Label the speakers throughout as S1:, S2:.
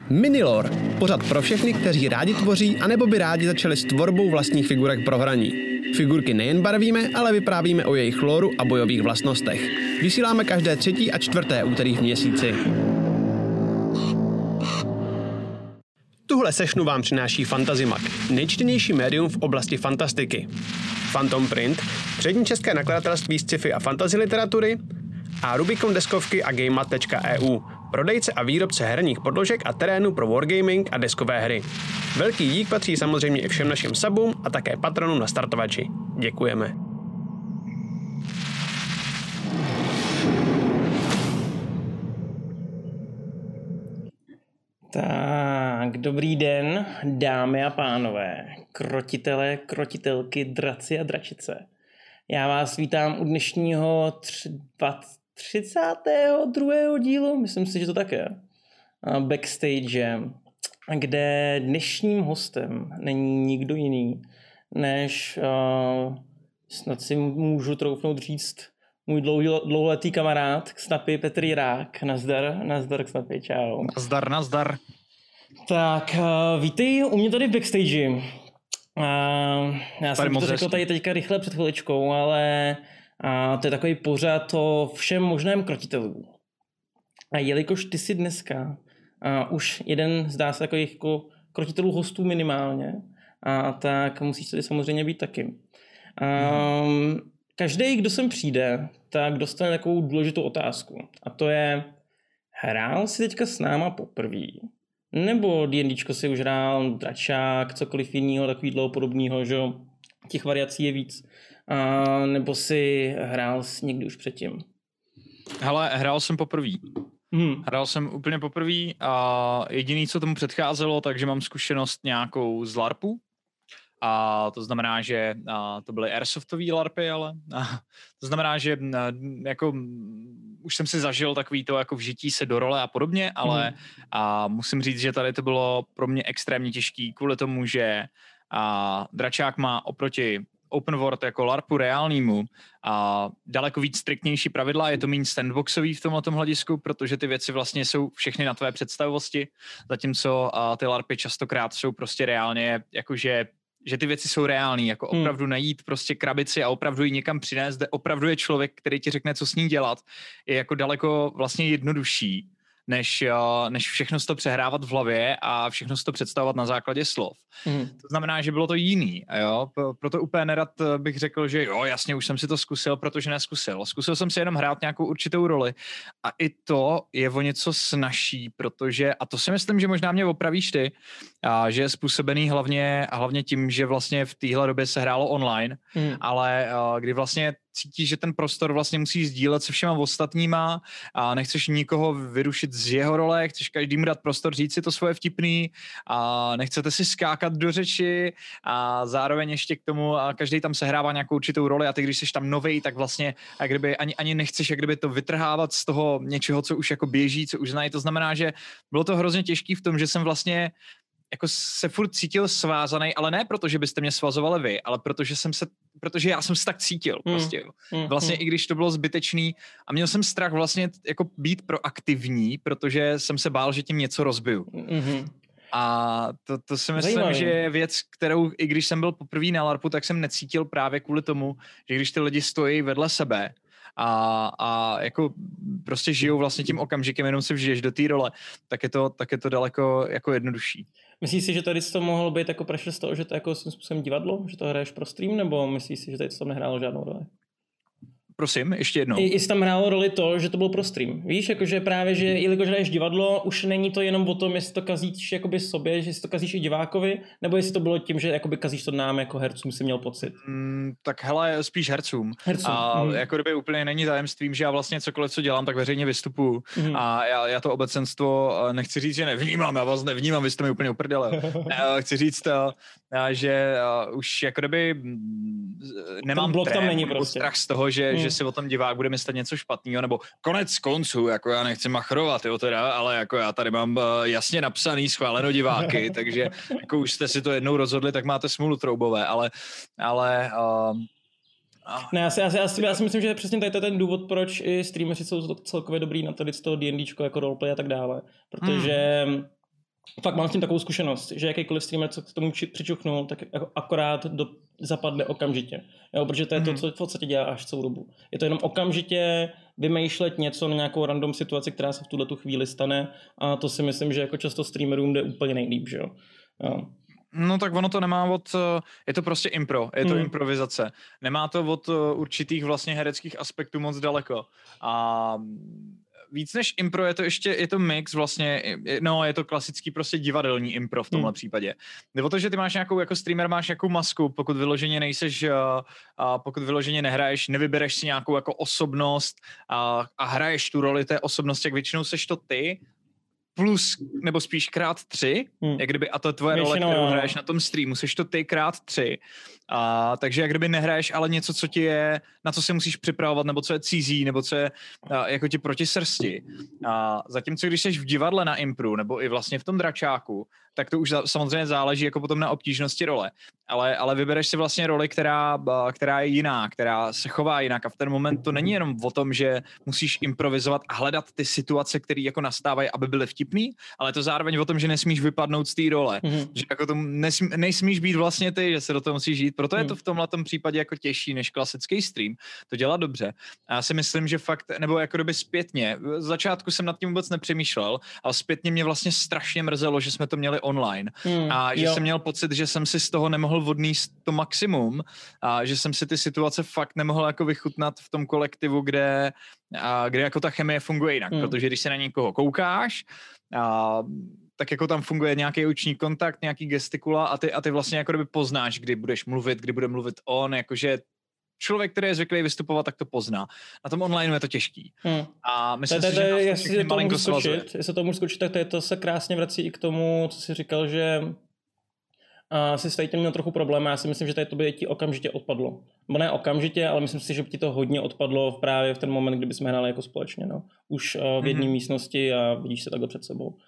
S1: Minilore, pořad pro všechny, kteří rádi tvoří, anebo by rádi začali s tvorbou vlastních figurek pro hraní. Figurky nejen barvíme, ale vyprávíme o jejich lóru a bojových vlastnostech. Vysíláme každé 3. a 4. úterý v měsíci. Tuhle sešnu vám přináší Fantazimak, nejčtenější médium v oblasti fantastiky. Phantom Print, přední české nakladatelství sci-fi a fantasy literatury a Rubicon deskovky a gamemat.eu, prodejce a výrobce herních podložek a terénu pro wargaming a deskové hry. Velký dík patří samozřejmě i všem našim subům a také patronům na startovači. Děkujeme.
S2: Tak, dobrý den, dámy a pánové, krotitelé, krotitelky, draci a dračice. Já vás vítám u dnešního 32. dílu, myslím si, že to tak je, backstage, kde dnešním hostem není nikdo jiný, než snad si můžu troufnout říct můj dlouholetý kamarád Knapy Petr Jirák. Nazdar Knapy, čau.
S3: Nazdar.
S2: Tak, vítej u mě tady v backstage. Já jsem to řekl tady teďka rychle před chviličkou, ale to je takový pořad o všem možném krotitelů. A jelikož ty jsi dneska už jeden, zdá se, takových jako krotitelů hostů minimálně, tak musíš tady samozřejmě být taky. Každý, kdo sem přijde, tak dostane takovou důležitou otázku. A to je, hrál jsi teďka s náma poprvé? Nebo D&Dčko si už hrál, dračák, cokoliv jiného, takového podobného, že těch variací je víc. Nebo si hrál někdy už předtím?
S3: Hele, hrál jsem poprvé. Hrál jsem úplně poprvé a jediný, co tomu předcházelo, takže mám zkušenost nějakou z LARPu. A to znamená, že to byly airsoftové LARPy, ale to znamená, že jako už jsem si zažil takový to jako vžití se do role a podobně, ale musím říct, že tady to bylo pro mě extrémně těžký kvůli tomu, že dračák má oproti open world jako LARPu reálnému a daleko víc striktnější pravidla, je to méně sandboxový v tomhletom hledisku, protože ty věci vlastně jsou všechny na tvé představovosti, zatímco ty LARPy častokrát jsou prostě reálně jakože že ty věci jsou reální, jako opravdu najít prostě krabici a opravdu ji někam přinést, kde opravdu je člověk, který ti řekne, co s ní dělat, je jako daleko vlastně jednodušší, než všechno to přehrávat v hlavě a všechno to představovat na základě slov. To znamená, že bylo to jiný. Jo? Proto úplně nerad bych řekl, že jo, jasně, už jsem si to zkusil, protože neskusil. Zkusil jsem si jenom hrát nějakou určitou roli a i to je o něco snazší, protože, a to si myslím, že možná mě opravíš ty, že je způsobený hlavně tím, že vlastně v téhle době se hrálo online, ale kdy vlastně cítíš, že ten prostor vlastně musíš sdílet se všema ostatníma a nechceš nikoho vyrušit z jeho role, chceš každému dát prostor říct si to svoje vtipný a nechcete si skákat do řeči a zároveň ještě k tomu a každý tam sehrává nějakou určitou roli a ty, když jsi tam novej, tak vlastně jak kdyby ani nechceš jak kdyby to vytrhávat z toho něčeho, co už jako běží, co už znají. To znamená, že bylo to hrozně těžký v tom, že jsem vlastně jako se furt cítil svázaný, ale ne proto, že byste mě svazovali vy, ale protože já jsem se tak cítil prostě. Vlastně i když to bylo zbytečný a měl jsem strach vlastně jako být proaktivní, protože jsem se bál, že tím něco rozbiju. A to si myslím, že je věc, kterou i když jsem byl poprvé na LARPu, tak jsem necítil právě kvůli tomu, že když ty lidi stojí vedle sebe a jako prostě žijou vlastně tím okamžikem, jenom se vžiješ do té role, tak je to daleko jako jednodušší.
S2: Myslíš si, že tady to mohlo být jako pressure z toho, že to jako svým způsobem divadlo, že to hraješ pro stream, nebo myslíš si, že tady to tam nehrálo žádnou roli?
S3: Prosím, ještě jednou.
S2: I tam hrálo roli to, že to bylo pro stream. Víš, jakože právě, že jelikož hraješ divadlo, už není to jenom o tom, jestli to kazíš jakoby sobě, že si to kazíš i divákovi, nebo jestli to bylo tím, že jakoby kazíš to nám jako hercům, si měl pocit.
S3: Tak hele, spíš hercům. A jako kdyby úplně není tajemstvím, že já vlastně cokoliv, co dělám, tak veřejně vystupuju. A já to obecenstvo nechci říct, že nevnímám, já vás nevnímám, vy jste mi úplně uprdele. Chci říct, že už jako kdyby nemám strach z toho, že si o tom divák bude myslet něco špatného, nebo konec konců, jako já nechci machrovat, jo teda, ale jako já tady mám jasně napsaný schváleno diváky, takže jako už jste si to jednou rozhodli, tak máte smůlu troubové, ale
S2: Ne, já si myslím, že přesně tady to je ten důvod, proč i streameři jsou celkově dobrý na tady z toho D&Dčko jako roleplay a tak dále, protože fakt mám s tím takovou zkušenost, že jakýkoliv streamer, co k tomu přičuchnul, tak akorát zapadne okamžitě. Jo, protože to je to, co v podstatě děláš celou dobu. Je to jenom okamžitě vymýšlet něco na nějakou random situaci, která se v tuhletu chvíli stane, a to si myslím, že jako často streamerům jde úplně nejlíp, že jo.
S3: No tak ono to nemá je to prostě impro, je to improvizace. Nemá to od určitých vlastně hereckých aspektů moc daleko. A víc než impro je to mix vlastně, je to klasický prostě divadelní impro v tomhle případě. Jde o to, že ty máš nějakou, jako streamer máš nějakou masku, pokud vyloženě nejseš, pokud vyloženě nehraješ, nevybereš si nějakou jako osobnost a hraješ tu roli té osobnosti, jak většinou seš to ty, plus, nebo spíš krát 3, jak kdyby, a to je tvoje role, kterou hraješ na tom streamu, seš to ty krát 3. Takže jak kdyby nehraješ, ale něco, co ti je, na co se musíš připravovat, nebo co je cizí, nebo co je jako ti proti srsti. Zatímco když jsi v divadle na impru, nebo i vlastně v tom dračáku, tak to už samozřejmě záleží jako potom na obtížnosti role. Ale vybereš si vlastně roli, která je jiná, která se chová jinak, a v ten moment to není jenom o tom, že musíš improvizovat a hledat ty situace, které jako nastávají, aby byly vtipný, ale to zároveň o tom, že nesmíš vypadnout z té role. Že jako to nesmíš být vlastně ty, že se do toho musíš žít. Proto je to v tomhletom případě jako těžší než klasický stream. To dělá dobře. A já si myslím, že fakt, nebo jako doby zpětně, v začátku jsem nad tím vůbec nepřemýšlel, ale zpětně mě vlastně strašně mrzelo, že jsme to měli online. A že jsem měl pocit, že jsem si z toho nemohl odníst to maximum a že jsem si ty situace fakt nemohl jako vychutnat v tom kolektivu, kde jako ta chemie funguje jinak. Protože když se na někoho koukáš, tak jako tam funguje nějaký oční kontakt, nějaký gestikula a ty vlastně jako kdyby poznáš, kdy budeš mluvit, kdy bude mluvit on, jakože člověk, který je zvyklý vystupovat, tak to pozná. Na tom online je to těžký. A myslím si, že
S2: jestli to můžu skočit, tak to se krásně vrací i k tomu, co jsi říkal, že si s tím měl trochu problém. Já si myslím, že tady to by ti okamžitě odpadlo. Nebo ne okamžitě, ale myslím si, že by ti to hodně odpadlo právě v ten moment, kdyby jsme hráli jako společně. No. Už v jedné místnosti a vidíš se takhle před sebou.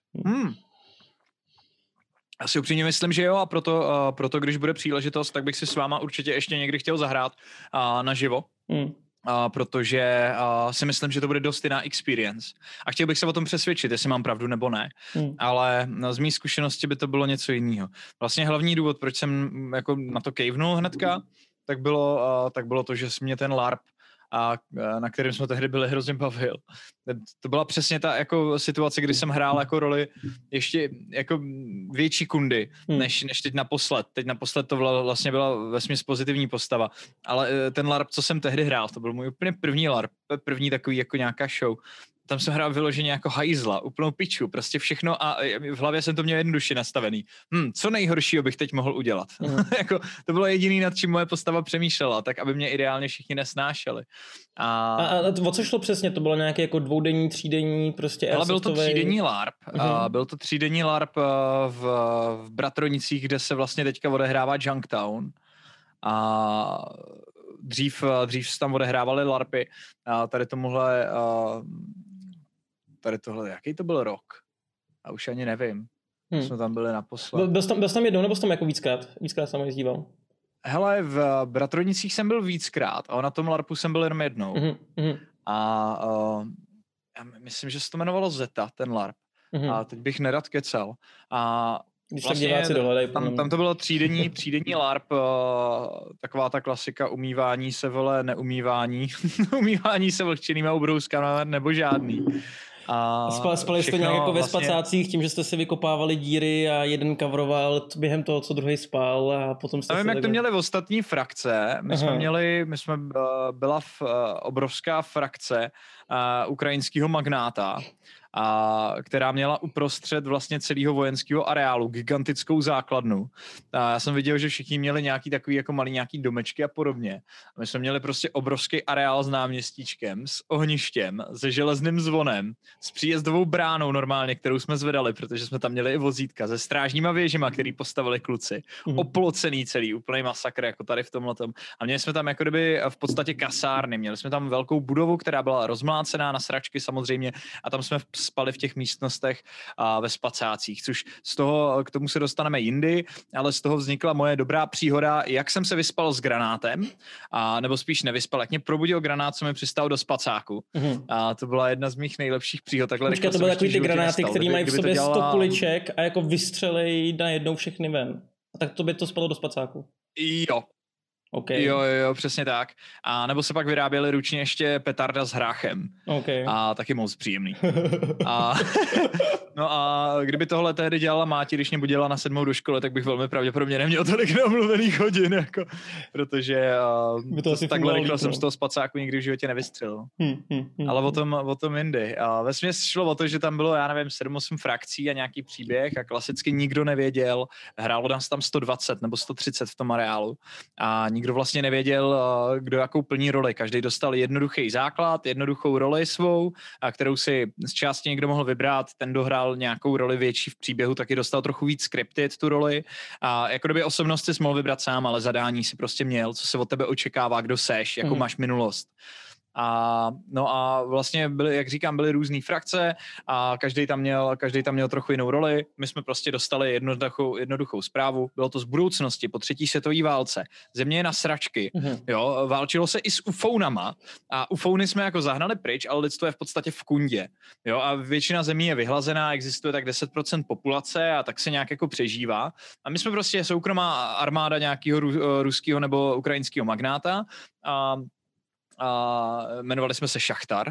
S3: Já si upřímně myslím, že jo, a proto když bude příležitost, tak bych si s váma určitě ještě někdy chtěl zahrát naživo. Protože si myslím, že to bude dost jiná experience. A chtěl bych se o tom přesvědčit, jestli mám pravdu nebo ne. Ale z mý zkušenosti by to bylo něco jiného. Vlastně hlavní důvod, proč jsem jako na to kejvnul hnedka, tak bylo to, že mě ten LARP, na kterém jsme tehdy byli, hrozně bavil. To byla přesně ta jako situace, kdy jsem hrál jako roli ještě jako větší kundy, než teď naposled. Teď naposled to vlastně byla vesměs pozitivní postava. Ale ten LARP, co jsem tehdy hrál, to byl můj úplně první LARP, první takový jako nějaká show. Tam jsem hrál vyloženě jako hajzla, úplnou piču, prostě všechno, a v hlavě jsem to měl jednoduše nastavený. Co nejhoršího bych teď mohl udělat? Jako, to bylo jediný, nad čím moje postava přemýšlela, tak aby mě ideálně všichni nesnášeli. A
S2: o co šlo přesně? To bylo nějaký jako 2denní, 3denní prostě
S3: ale byl to 3denní LARP. Byl to 3denní LARP v Bratronicích, kde se vlastně teďka odehrává Junktown. A dřív se tam odehrávaly LARPy. A tady tohle, jaký to byl rok? A už ani nevím. Jsme tam byli naposled.
S2: Byl jsi tam jednou, nebo jsi tam jako víckrát? Víckrát jsem jezdíval.
S3: Hele, v Bratronicích jsem byl víckrát, a na tom LARPu jsem byl jenom jednou. A já myslím, že se to jmenovalo Zeta, ten LARP. A teď bych nerad kecal. A
S2: když vlastně, tak diváci dohledají.
S3: Tam to bylo 3denní LARP, taková ta klasika umývání se, neumývání. Umývání se vlhčenýma ubrouskama nebo žádný.
S2: Spali jste nějak jako ve spacácích tím, že jste si vykopávali díry a jeden coveroval během toho, co druhý spal, a potom jste
S3: nevím, jak to měli v ostatní frakce. Byla obrovská frakce ukrajinského magnáta, která měla uprostřed vlastně celého vojenského areálu gigantickou základnu. Já jsem viděl, že všichni měli nějaký takový jako malý nějaký domečky a podobně. A my jsme měli prostě obrovský areál s náměstíčkem, s ohništěm, se železným zvonem, s příjezdovou bránou normálně, kterou jsme zvedali, protože jsme tam měli i vozítka, se strážníma věžima, který postavili kluci. Oplocený celý, úplný masakr, jako tady v tomhletom. A měli jsme tam jako kdyby v podstatě kasárny. Měli jsme tam velkou budovu, která byla rozmlácená na sračky samozřejmě, a tam jsme spali v těch místnostech ve spacácích, což k tomu se dostaneme jindy, ale z toho vznikla moje dobrá příhoda, jak jsem se vyspal s granátem, nebo spíš nevyspal, jak mě probudil granát, co mi přistál do spacáku. A to byla jedna z mých nejlepších příhod.
S2: Počkej, to byly takový ty granáty, které mají v sobě 100 kuliček a jako vystřelej najednou všechny ven. A tak to by to spadlo do spacáku.
S3: Jo.
S2: Okay.
S3: Jo, přesně tak. A nebo se pak vyráběly ručně ještě petarda s hráchem.
S2: Okay.
S3: A taky moc příjemný. No a kdyby tohle tehdy dělala máti, když mě budila na 7. do školy, tak bych velmi pravděpodobně neměl tolik neomluvených hodin, jako, protože takhle rychle jsem z toho spacáku nikdy v životě nevystřelil. Ale o tom jindy. Vesměs šlo o to, že tam bylo, já nevím, 7-8 frakcí a nějaký příběh a klasicky nikdo nevěděl, hrálo nás tam 120 nebo 130 v tom areálu a nikdo vlastně nevěděl, kdo jakou plní roli. Každý dostal jednoduchý základ, jednoduchou roli svou, kterou si z části někdo mohl vybrat, ten dohrál nějakou roli větší v příběhu, taky dostal trochu víc scripted tu roli a jako kdyby osobnost si mohl vybrat sám, ale zadání si prostě měl, co se od tebe očekává, kdo seš, jakou máš minulost. No a vlastně jak říkám, byly různý frakce a každý tam měl trochu jinou roli. My jsme prostě dostali jednoduchou zprávu. Bylo to z budoucnosti po 3. světové válce. Země je na sračky. Jo, válčilo se i s ufounama a ufouny jsme jako zahnali pryč, ale lidstvo je v podstatě v kundě. Jo, a většina zemí je vyhlazená, existuje tak 10% populace a tak se nějak jako přežívá. A my jsme prostě soukromá armáda nějakého ruského nebo ukrajinského magnáta a jmenovali jsme se Šachtar,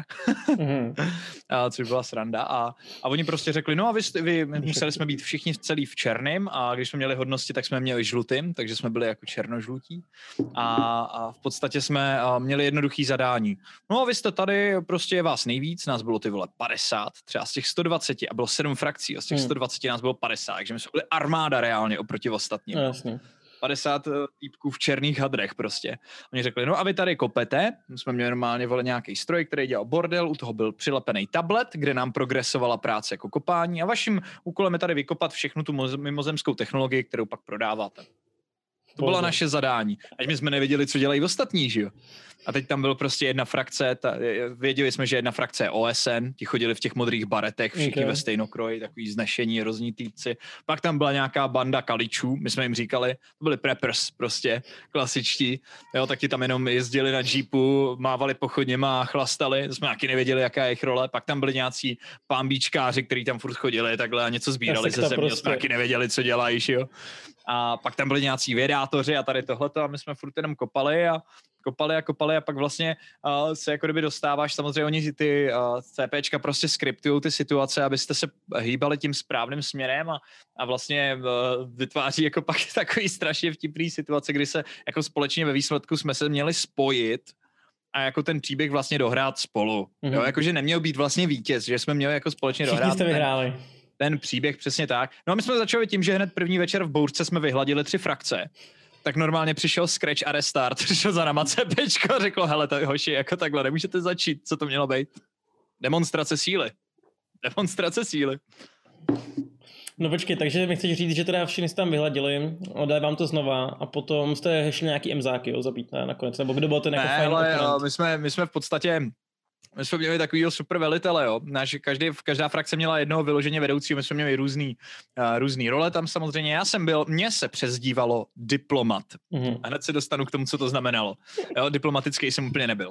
S3: což byla sranda a oni prostě řekli, no a vy museli jsme být všichni celý v černém a když jsme měli hodnosti, tak jsme měli žlutým, takže jsme byli jako černožlutí a v podstatě jsme měli jednoduchý zadání. No a vy jste tady, prostě je vás nejvíc, nás bylo ty vole 50, třeba z těch 120 a bylo 7 frakcí a z těch 120 nás bylo 50, takže my jsme byli armáda reálně oproti ostatním.
S2: Jasně.
S3: 50 týpků v černých hadrech prostě. Oni řekli, no a vy tady kopete, my jsme měli normálně nějaký stroj, který dělal bordel, u toho byl přilepený tablet, kde nám progresovala práce jako kopání a vaším úkolem je tady vykopat všechnu tu mimozemskou technologii, kterou pak prodáváte. To bylo naše zadání. Až my jsme nevěděli, co dělají ostatní, že jo? A teď tam byl prostě jedna frakce, věděli jsme, že jedna frakce je OSN, ti chodili v těch modrých baretech, všichni ve stejnokroji, takový znešení, různí týpci. Pak tam byla nějaká banda kaličů, my jsme jim říkali, to byli preppers prostě, klasičtí, jo, tak ti tam jenom jezdili na džípu, mávali pochodněma a chlastali, to jsme taky nevěděli, jaká je jejich role. Pak tam byli nějací pámbíčkáři, kteří tam furt chodili takhle a něco sbírali ze země, prostě. Jsme taky nevěděli, co dělají, jo. A pak tam byli nějací vědátoři a tady tohleto a my jsme furt jenom kopali a pak vlastně se jako kdyby dostáváš, samozřejmě oni ty CPčka prostě skriptujou ty situace, abyste se hýbali tím správným směrem a vlastně vytváří jako pak takový strašně vtipný situace, kdy se jako společně ve výsledku jsme se měli spojit a jako ten příběh vlastně dohrát spolu. Jo, jakože neměl být vlastně vítěz, že jsme měli jako společně dohrát.
S2: Všichni jste vyhráli.
S3: Ten příběh, přesně tak. No a my jsme začali tím, že hned první večer v bouřce jsme vyhladili 3 frakce. Tak normálně přišel Scratch a Restart, přišel za náma CPčko a řekl, hele, hoši, jako takhle, nemůžete začít, co to mělo být? Demonstrace síly.
S2: No počkej, takže mi chceš říct, že teda všichni jste tam vyhladili, oddají vám to znova a potom jste šli nějaký emzáky, jo, zabít nakonec, nebo kdo byl ten jako
S3: fajn oponent? My jsme v podstatě my jsme měli takovýho super velitele, jo. Každá frakce měla jednoho vyloženě vedoucího, my jsme měli různý role tam samozřejmě. Mně se přezdívalo diplomat. A hned se dostanu k tomu, co to znamenalo. Jo, diplomatický jsem úplně nebyl.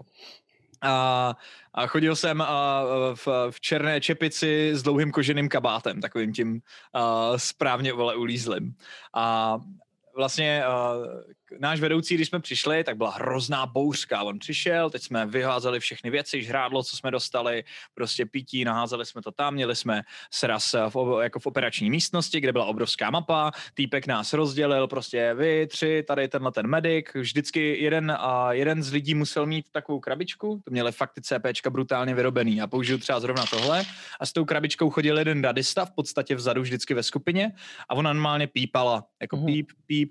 S3: A chodil jsem v černé čepici s dlouhým koženým kabátem, takovým tím správně ulízlým. A vlastně náš vedoucí, když jsme přišli, tak byla hrozná bouřka. On přišel, teď jsme vyházeli všechny věci, žrádlo, co jsme dostali, prostě pití, naházeli jsme to tam, měli jsme sraz jako v operační místnosti, kde byla obrovská mapa, týpek nás rozdělil, prostě vy 3, tady tenhle ten medic, vždycky jeden z lidí musel mít takovou krabičku, to měli fakt ty CPčka brutálně vyrobený a použil třeba zrovna tohle a s tou krabičkou chodil jeden radista v podstatě vzadu vždycky ve skupině a ona normálně pípala, jako píp,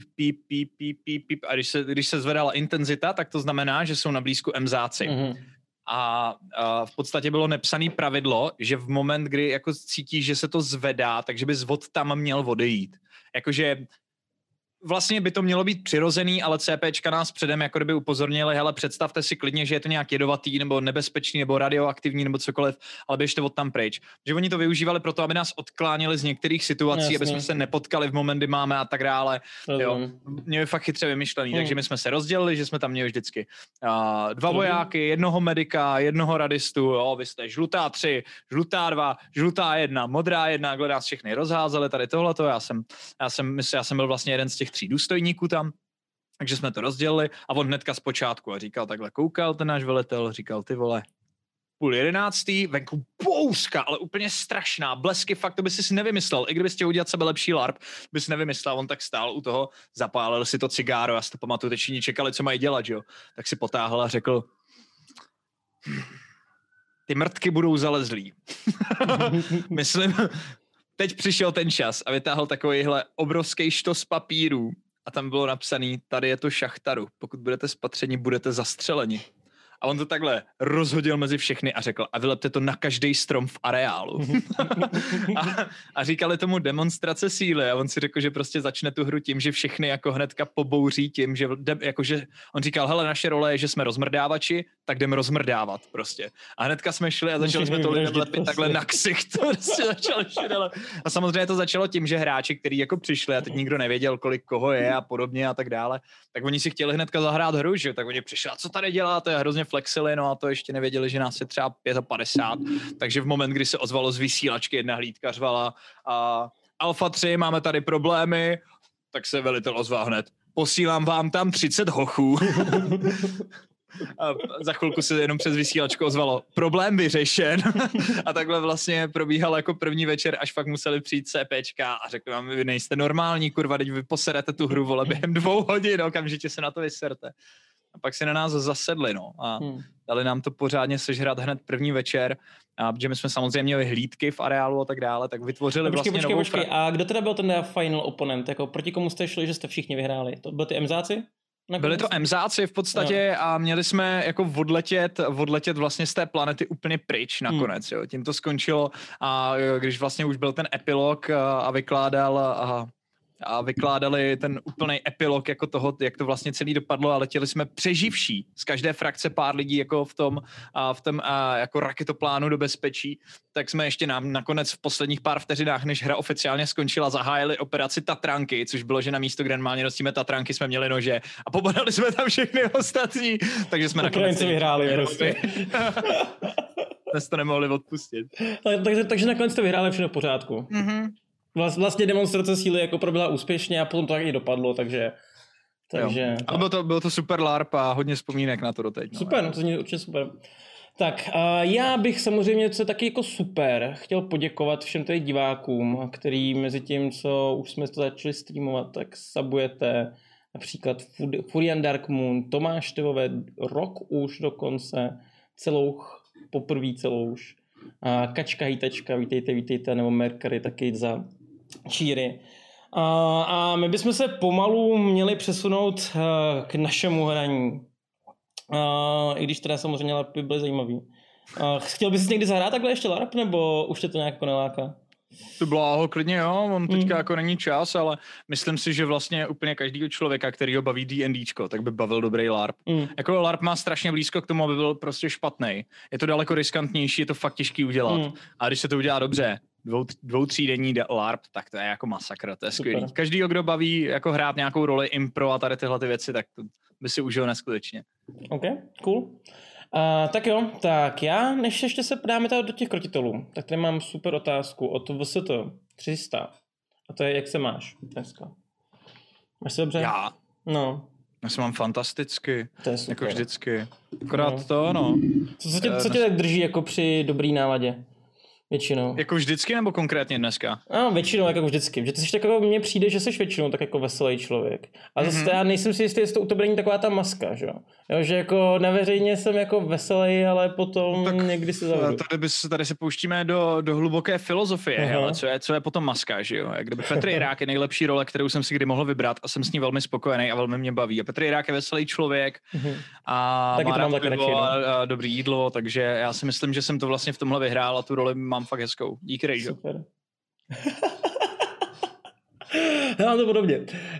S3: a když se zvedala intenzita, tak to znamená, že jsou na blízku emzáci. A v podstatě bylo nepsané pravidlo, že v moment, kdy jako cítíš, že se to zvedá, takže bys od tam měl odejít. Jakože vlastně by to mělo být přirozený, ale CPčka nás předem jako kdyby upozornili, hele, představte si klidně, že je to nějak jedovatý, nebo nebezpečný, nebo radioaktivní, nebo cokoliv, ale běžte od tam pryč. Že oni to využívali proto, aby nás odklánili z některých situací, jasný. Aby jsme se nepotkali v moment, kdy máme a tak dále. Jo. Měli fakt chytře vymyšlený, takže my jsme se rozdělili, že jsme tam měli vždycky 2 vojáky, 1 medika, 1 radistu, jo, vy jste žlutá 3, žlutá 2, žlutá 1, modrá 1, kdo nás všechny rozházeli, tady tohleto, já jsem byl vlastně jeden z těch 3 důstojníků tam, takže jsme to rozdělili a on hnedka zpočátku a říkal takhle, koukal ten náš velitel, říkal ty vole, 10:30, venku bouřka, ale úplně strašná, blesky, fakt to by si nevymyslel, i kdybys chtěl udělat sebe lepší LARP, bys nevymyslel, on tak stál u toho, zapálil si to cigáro, já si to pamatuju, teď všichni čekali, co mají dělat, jo, tak si potáhl a řekl, ty mrtky budou zalezlí. Myslím, teď přišel ten čas a vytáhl takovýhle obrovský štos papírů a tam bylo napsaný, tady je to šachtaru, pokud budete spatřeni, budete zastřeleni. A on to takhle rozhodil mezi všechny a řekl, a vylepte to na každý strom v areálu. a říkali tomu demonstrace síly a on si řekl, že prostě začne tu hru tím, že všechny jako hnedka pobouří tím, že jakože on říkal, hele, naše role je, že jsme rozmrdávači, tak jdeme rozmrdávat prostě. A hnedka jsme šli a začali jsme to lidem lepit takhle na ksicht. Prostě začali šidele. A samozřejmě to začalo tím, že hráči, kteří jako přišli a teď nikdo nevěděl, kolik koho je a podobně a tak dále, tak oni si chtěli hnedka zahrát hru, že? Tak oni přišli, a co tady děláte? Hrozně flexili, no a to ještě nevěděli, že nás je třeba 55, takže v moment, kdy se ozvalo z vysílačky, jedna hlídka řvala a Alfa 3, máme tady problémy, tak se velitel ozval hned. Posílám vám tam 30 hochů. A za chvilku se jenom přes vysílačku ozvalo problém vyřešen. A takhle vlastně probíhal jako první večer, až fakt museli přijít CPčka a řekli vám, vy nejste normální, kurva, teď vy poserete tu hru, vole, během 2 hodin, okamžitě se na to vyserte. A pak si na nás zasedli, no, a dali nám to pořádně sežrat hned první večer, a protože my jsme samozřejmě měli hlídky v areálu a tak dále, tak vytvořili
S2: Počkej, a kdo teda byl ten final opponent, jako proti komu jste šli, že jste všichni vyhráli? To byli ty MZáci?
S3: Byli to MZáci v podstatě a měli jsme jako odletět vlastně z té planety úplně pryč nakonec, jo. Tím to skončilo a když vlastně už byl ten epilog a vykládali ten úplný epilog jako toho, jak to vlastně celý dopadlo a letěli jsme přeživší z každé frakce pár lidí jako v tom jako raketoplánu do bezpečí, tak jsme ještě nakonec v posledních pár vteřinách, než hra oficiálně skončila, zahájili operaci Tatranky, což bylo, že na místo, kde normálně nosíme Tatranky, jsme měli nože a pobodali jsme tam všechny ostatní, takže jsme nakonec
S2: vyhráli prostě.
S3: Dnes to nemohli odpustit.
S2: Takže nakonec to vyhráli všechno v pořádku. Vlastně demonstrace síly jako proběhla úspěšně a potom to tak i dopadlo, takže
S3: a bylo to super LARP a hodně vzpomínek na to doteď. No.
S2: Super, to zní určitě super. Tak já bych samozřejmě, co je taky jako super, chtěl poděkovat všem tady divákům, který mezi tím, co už jsme to začali streamovat, tak sabujete například Furian Dark Moon, Tomáš Tevové, rok už dokonce, poprvé celou už. Kačka Hýtačka, vítejte, nebo Mercury taky za číry. A my bychom se pomalu měli přesunout k našemu hraní. I když teda samozřejmě LARP by byly zajímavý. Chtěl bys někdy zahrát takhle ještě LARP, nebo už tě to nějak neláká?
S3: To bláho, klidně jo, on teďka jako není čas, ale myslím si, že vlastně úplně každýho člověka, který ho baví D&Dčko, tak by bavil dobrý LARP. Jako LARP má strašně blízko k tomu, aby byl prostě špatnej. Je to daleko riskantnější, je to fakt těžký udělat. A když se to udělá dobře, 2-3denní LARP, tak to je jako masakr, to je skvělý. Každýho, kdo baví jako hrát nějakou roli impro a tady tyhle ty věci, tak to by si užil neskutečně.
S2: OK, cool. Tak jo, tak já, než ještě se dáme tady do těch krotitelů, tak tady mám super otázku od VST 300. A to je, jak se máš dneska? Máš se dobře?
S3: Já?
S2: No.
S3: Já se mám fantasticky,
S2: to je super.
S3: Jako vždycky. Akorát no.
S2: Co tě tak drží jako při dobrý náladě? Většinou.
S3: Jako vždycky nebo konkrétně dneska?
S2: No, většinou jako vždycky. Že ty jsi tak jako, mně přijde, že jsi většinou tak jako veselý člověk. A zase já nejsem si jistý, jestli to u tebe není taková ta maska, že jo? Že jako na veřejně jsem jako veselý, ale potom tak někdy se zavřu.
S3: Tady se pouštíme do hluboké filozofie, ale co je potom maska, že jo? Jak kdyby Petr Jirák je nejlepší role, kterou jsem si kdy mohl vybrat a jsem s ní velmi spokojený a velmi mě baví. A Petr Jirák je veselý člověk a má rád pivo a dobrý jídlo, takže já si myslím, že jsem to vlastně v tomhle vyhrál a tu roli mám fakt hezkou. Díky, Rejžo.
S2: Super. Já mám to podobně.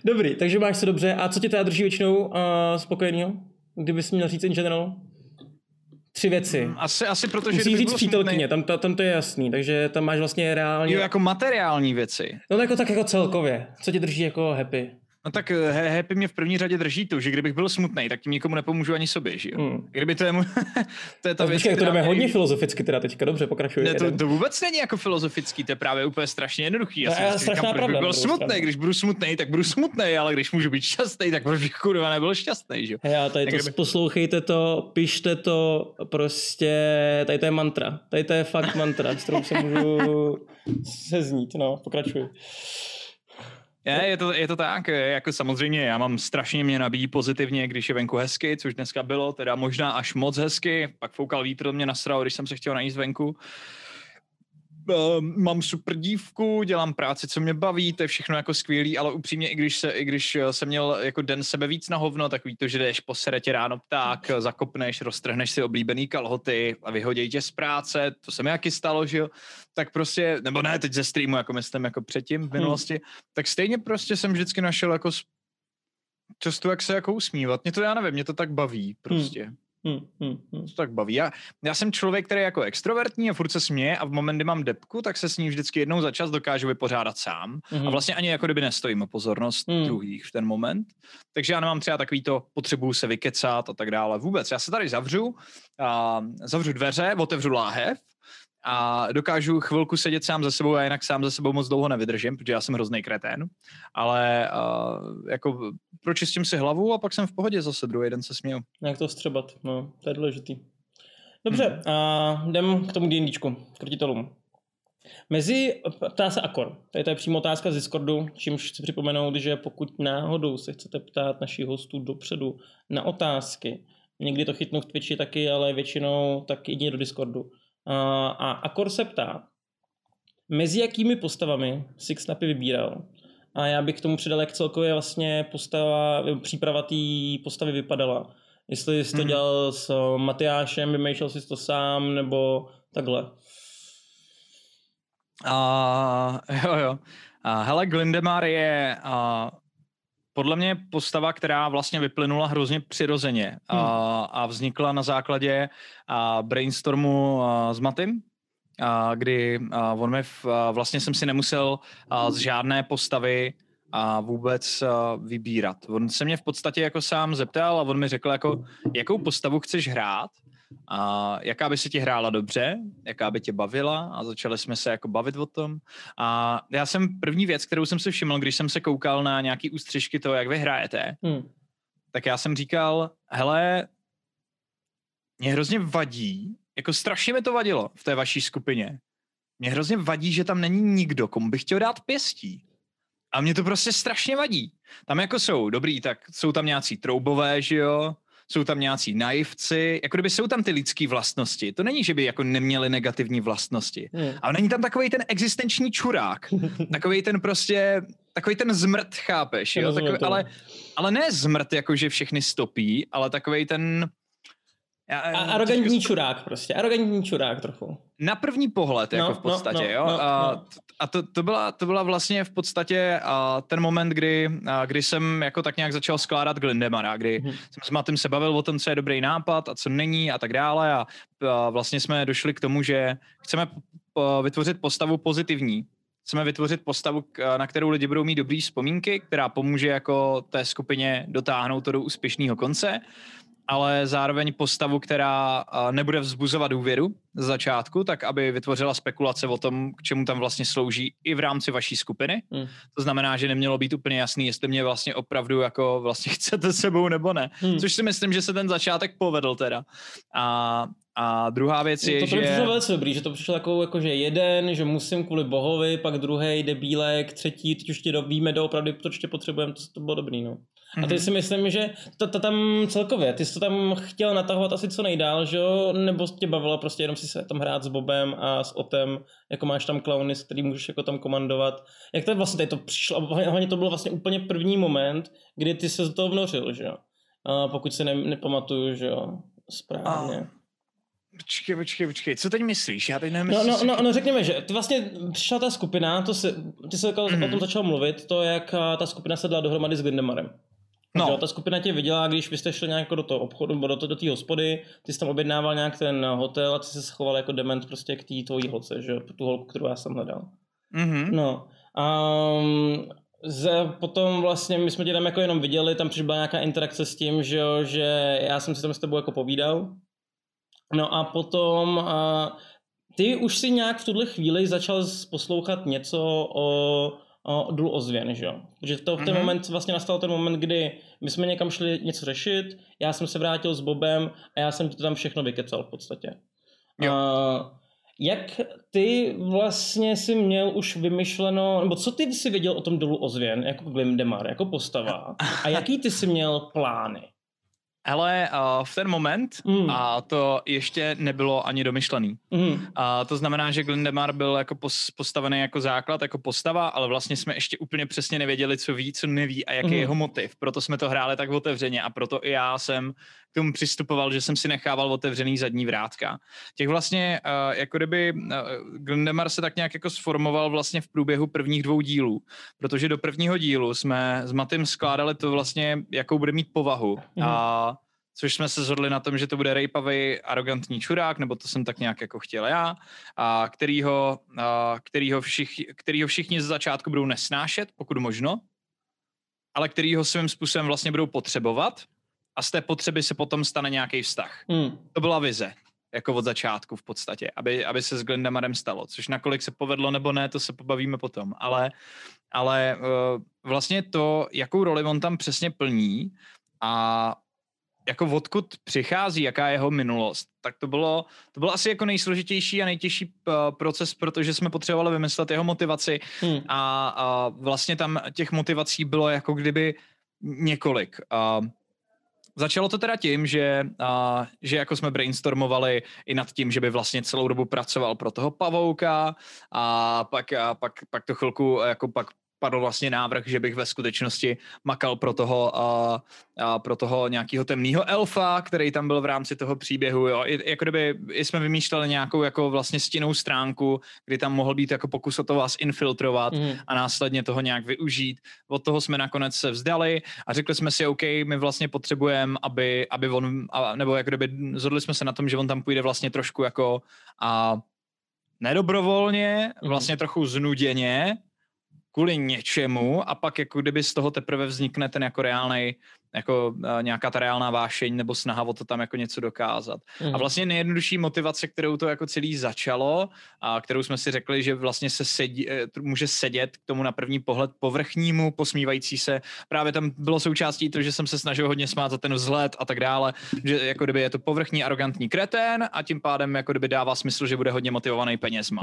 S2: Dobrý, takže máš se dobře. A co tě teda drží většinou spokojenýho? Kdybys měl říct in general? 3 věci.
S3: Asi protože...
S2: Musíš říct přítelkyně, tam to je jasný, takže tam máš vlastně reálně...
S3: Jo, jako materiální věci.
S2: No tak jako celkově. Co tě drží jako happy?
S3: No tak happy mě v první řadě drží to, že kdybych byl smutnej, tak tím nikomu nepomůžu ani sobě, že jo. Kdyby to je to je ta věc,
S2: to jdeme hodně filozoficky teda teďka, dobře, pokračuj.
S3: Ne, to vůbec není jako filozofický, to je právě úplně strašně jednoduchý. Já si říkám, proč bych byl smutnej, když budu smutnej, tak budu smutnej, ale když můžu být šťastný, tak proč bych kurva nebyl šťastný, že jo.
S2: Já tady to poslouchejte to, pište to, prostě, tady to je mantra, tady to je fakt mantra, s kterou se můžu seznít, no, pokračuj.
S3: Je to tak, jako samozřejmě já mám strašně, mě nabíjí pozitivně, když je venku hezky, což dneska bylo, teda možná až moc hezky, pak foukal vítr, mě nasral, když jsem se chtěl najít venku. Mám super dívku, dělám práci, co mě baví, to je všechno jako skvělý, ale upřímně, i když jsem měl jako den sebe víc na hovno, tak ví to, že jdeš po seretě ráno pták, zakopneš, roztrhneš si oblíbený kalhoty a vyhodí tě z práce, to se mi jaký stalo, že jo, tak prostě, nebo ne, teď ze streamu, jako myslím, jako předtím v minulosti, tak stejně prostě jsem vždycky našel jako často, jak se jako usmívat, mě to, já nevím, mě to tak baví prostě. To tak baví. Já jsem člověk, který je jako extrovertní a furt se směje a v moment, kdy mám depku, tak se s ní vždycky jednou za čas dokážu vypořádat sám. A vlastně ani jako kdyby nestojím o pozornost druhých v ten moment. Takže já nemám třeba takový to potřebuju se vykecat a tak dále. Vůbec. Já se tady zavřu dveře, otevřu láhev a dokážu chvilku sedět sám ze sebou a jinak sám ze sebou moc dlouho nevydržím, protože já jsem hrozný kretén, ale jako pročistím si hlavu a pak jsem v pohodě zase, druhý den se směju.
S2: Jak to vstřebat, no, to je důležitý. Dobře, a jdem k tomu D&Dčku, k krtitelům. Ptá se Akor, tady to je přímo otázka z Discordu, čímž chci připomenout, že pokud náhodou se chcete ptát našich hostů dopředu na otázky, někdy to chytnu v Twitchi taky, ale většinou tak jedině do Discordu. A Akor se ptá, mezi jakými postavami Sixnapy vybíral? A já bych k tomu přidal, jak celkově vlastně příprava té postavy vypadala. Jestli jsi to dělal s Matyášem, vymýšlel jsi to sám, nebo takhle?
S3: Jo. Hele, Glindemar je podle mě postava, která vlastně vyplynula hrozně přirozeně a vznikla na základě brainstormu s Matym, kdy vlastně jsem si nemusel z žádné postavy vůbec vybírat. On se mě v podstatě jako sám zeptal a on mi řekl, jako, jakou postavu chceš hrát, jaká by se ti hrála dobře, jaká by tě bavila a začali jsme se jako bavit o tom. A já jsem první věc, kterou jsem si všiml, když jsem se koukal na nějaký ústřižky toho, jak vy hrajete, tak já jsem říkal, hele, mě hrozně vadí, jako strašně mi to vadilo v té vaší skupině. Mě hrozně vadí, že tam není nikdo, komu bych chtěl dát pěstí. A mě to prostě strašně vadí. Tam jako jsou dobrý, tak jsou tam nějací troubové, že jo? Jsou tam nějací naivci, jako kdyby jsou tam ty lidský vlastnosti. To není, že by jako neměli negativní vlastnosti. Ale není tam takovej ten existenční čurák. Takovej ten zmrt, chápeš, jo? Ale ne zmrt, jako že všechny stopí, ale takovej ten...
S2: Arrogantní čurák prostě, arrogantní čurák trochu.
S3: Na první pohled, jako v podstatě, jo. A to byla vlastně v podstatě ten moment, kdy jsem jako tak nějak začal skládat Glindemara, kdy jsem s Matym se bavil o tom, co je dobrý nápad a co není a tak dále a vlastně jsme došli k tomu, že chceme vytvořit postavu pozitivní. Chceme vytvořit postavu, na kterou lidi budou mít dobrý vzpomínky, která pomůže jako té skupině dotáhnout to do úspěšného konce, ale zároveň postavu, která nebude vzbuzovat důvěru z začátku, tak aby vytvořila spekulace o tom, k čemu tam vlastně slouží i v rámci vaší skupiny. To znamená, že nemělo být úplně jasný, jestli mě vlastně opravdu jako vlastně chcete sebou nebo ne. Což si myslím, že se ten začátek povedl teda. A druhá věc je, že... To
S2: přišlo velice dobrý, že to přišlo jako že jeden, že musím kvůli bohovi, pak druhej, debílek, třetí, teď už tě víme doopravdy, to ještě potřebujeme, to bylo dobrý, no. A ty si myslím, že to tam celkově, ty jsi to tam chtěl natahovat asi co nejdál, že jo? Nebo tě bavilo prostě jenom si se tam hrát s Bobem a s Otem, jako máš tam klauny, s který můžeš jako tam komandovat. Jak to vlastně tady to přišlo, hlavně to byl vlastně úplně první moment, kdy ty se do toho vnořil, že jo? Pokud se nepamatuju, že jo? Správně.
S3: Počkej, co teď myslíš? Já teď nevím.
S2: No, řekněme, že vlastně přišla ta skupina, ty jsi o tom začal mluvit, to jak ta skupina se dala dohromady s Glindemarem. No. Ta skupina tě viděla, když vy jste šli nějak do toho obchodu, nebo do té hospody, ty jsi tam objednával nějak ten hotel a ty se schoval jako dement prostě k té tvojí holce, že tu holku, kterou já jsem hledal. No. Potom vlastně my jsme tě tam jako jenom viděli, tam přišla nějaká interakce s tím, že já jsem si tam s tebou jako povídal. No a potom ty už si nějak v tuhle chvíli začal poslouchat něco o Dolu ozvěn, že jo? Protože v ten moment vlastně nastal ten moment, kdy my jsme někam šli něco řešit, já jsem se vrátil s Bobem a já jsem ti to tam všechno vykecal v podstatě. Jak ty vlastně si měl už vymyšleno, nebo co ty si věděl o tom Dolu ozvěn, jako Glimdemar, jako postava a jaký ty si měl plány?
S3: Hele, v ten moment a to ještě nebylo ani domyšlený. To znamená, že Glindemar byl jako postavený jako základ, jako postava, ale vlastně jsme ještě úplně přesně nevěděli, co ví, co neví a jaký je jeho motiv. Proto jsme to hráli tak otevřeně a proto i já jsem k tomu přistupoval, že jsem si nechával otevřený zadní vrátka. Těch vlastně, jako kdyby Glindemar se tak nějak jako sformoval vlastně v průběhu prvních 2 dílů, protože do prvního dílu jsme s Matym skládali to vlastně, jakou bude mít povahu. Což jsme se shodli na tom, že to bude rejpavý, arrogantní čurák, nebo to jsem tak nějak jako chtěl já, a kterýho všichni z začátku budou nesnášet, pokud možno, ale kterýho svým způsobem vlastně budou potřebovat a z té potřeby se potom stane nějaký vztah. To byla vize, jako od začátku v podstatě, aby se s Glindemarem stalo, což nakolik se povedlo nebo ne, to se pobavíme potom, ale vlastně to, jakou roli on tam přesně plní a jako odkud přichází, jaká je jeho minulost, tak to bylo asi jako nejsložitější a nejtěžší proces, protože jsme potřebovali vymyslet jeho motivaci a vlastně tam těch motivací bylo jako kdyby několik. Začalo to teda tím, že jako jsme brainstormovali i nad tím, že by vlastně celou dobu pracoval pro toho pavouka a pak to chvilku jako pak padl vlastně návrh, že bych ve skutečnosti makal pro toho nějakého temného elfa, který tam byl v rámci toho příběhu. Jo. Jako kdyby jsme vymýšleli nějakou jako vlastně stinnou stránku, kdy tam mohl být jako pokus o to vás infiltrovat a následně toho nějak využít. Od toho jsme nakonec se vzdali a řekli jsme si, OK, my vlastně potřebujeme, aby on, nebo jako kdyby zhodli jsme se na tom, že on tam půjde vlastně trošku jako nedobrovolně, vlastně trochu znuděně, kvůli něčemu a pak jako kdyby z toho teprve vznikne ten jako reálnej, jako nějaká ta reálná vášeň nebo snaha o to tam jako něco dokázat. A vlastně nejjednodušší motivace, kterou to jako celý začalo a kterou jsme si řekli, že vlastně může sedět k tomu na první pohled povrchnímu, posmívající se. Právě tam bylo součástí to, že jsem se snažil hodně smát za ten vzhled a tak dále, že jako kdyby je to povrchní, arrogantní kretén a tím pádem jako kdyby dává smysl, že bude hodně motivovaný penězma.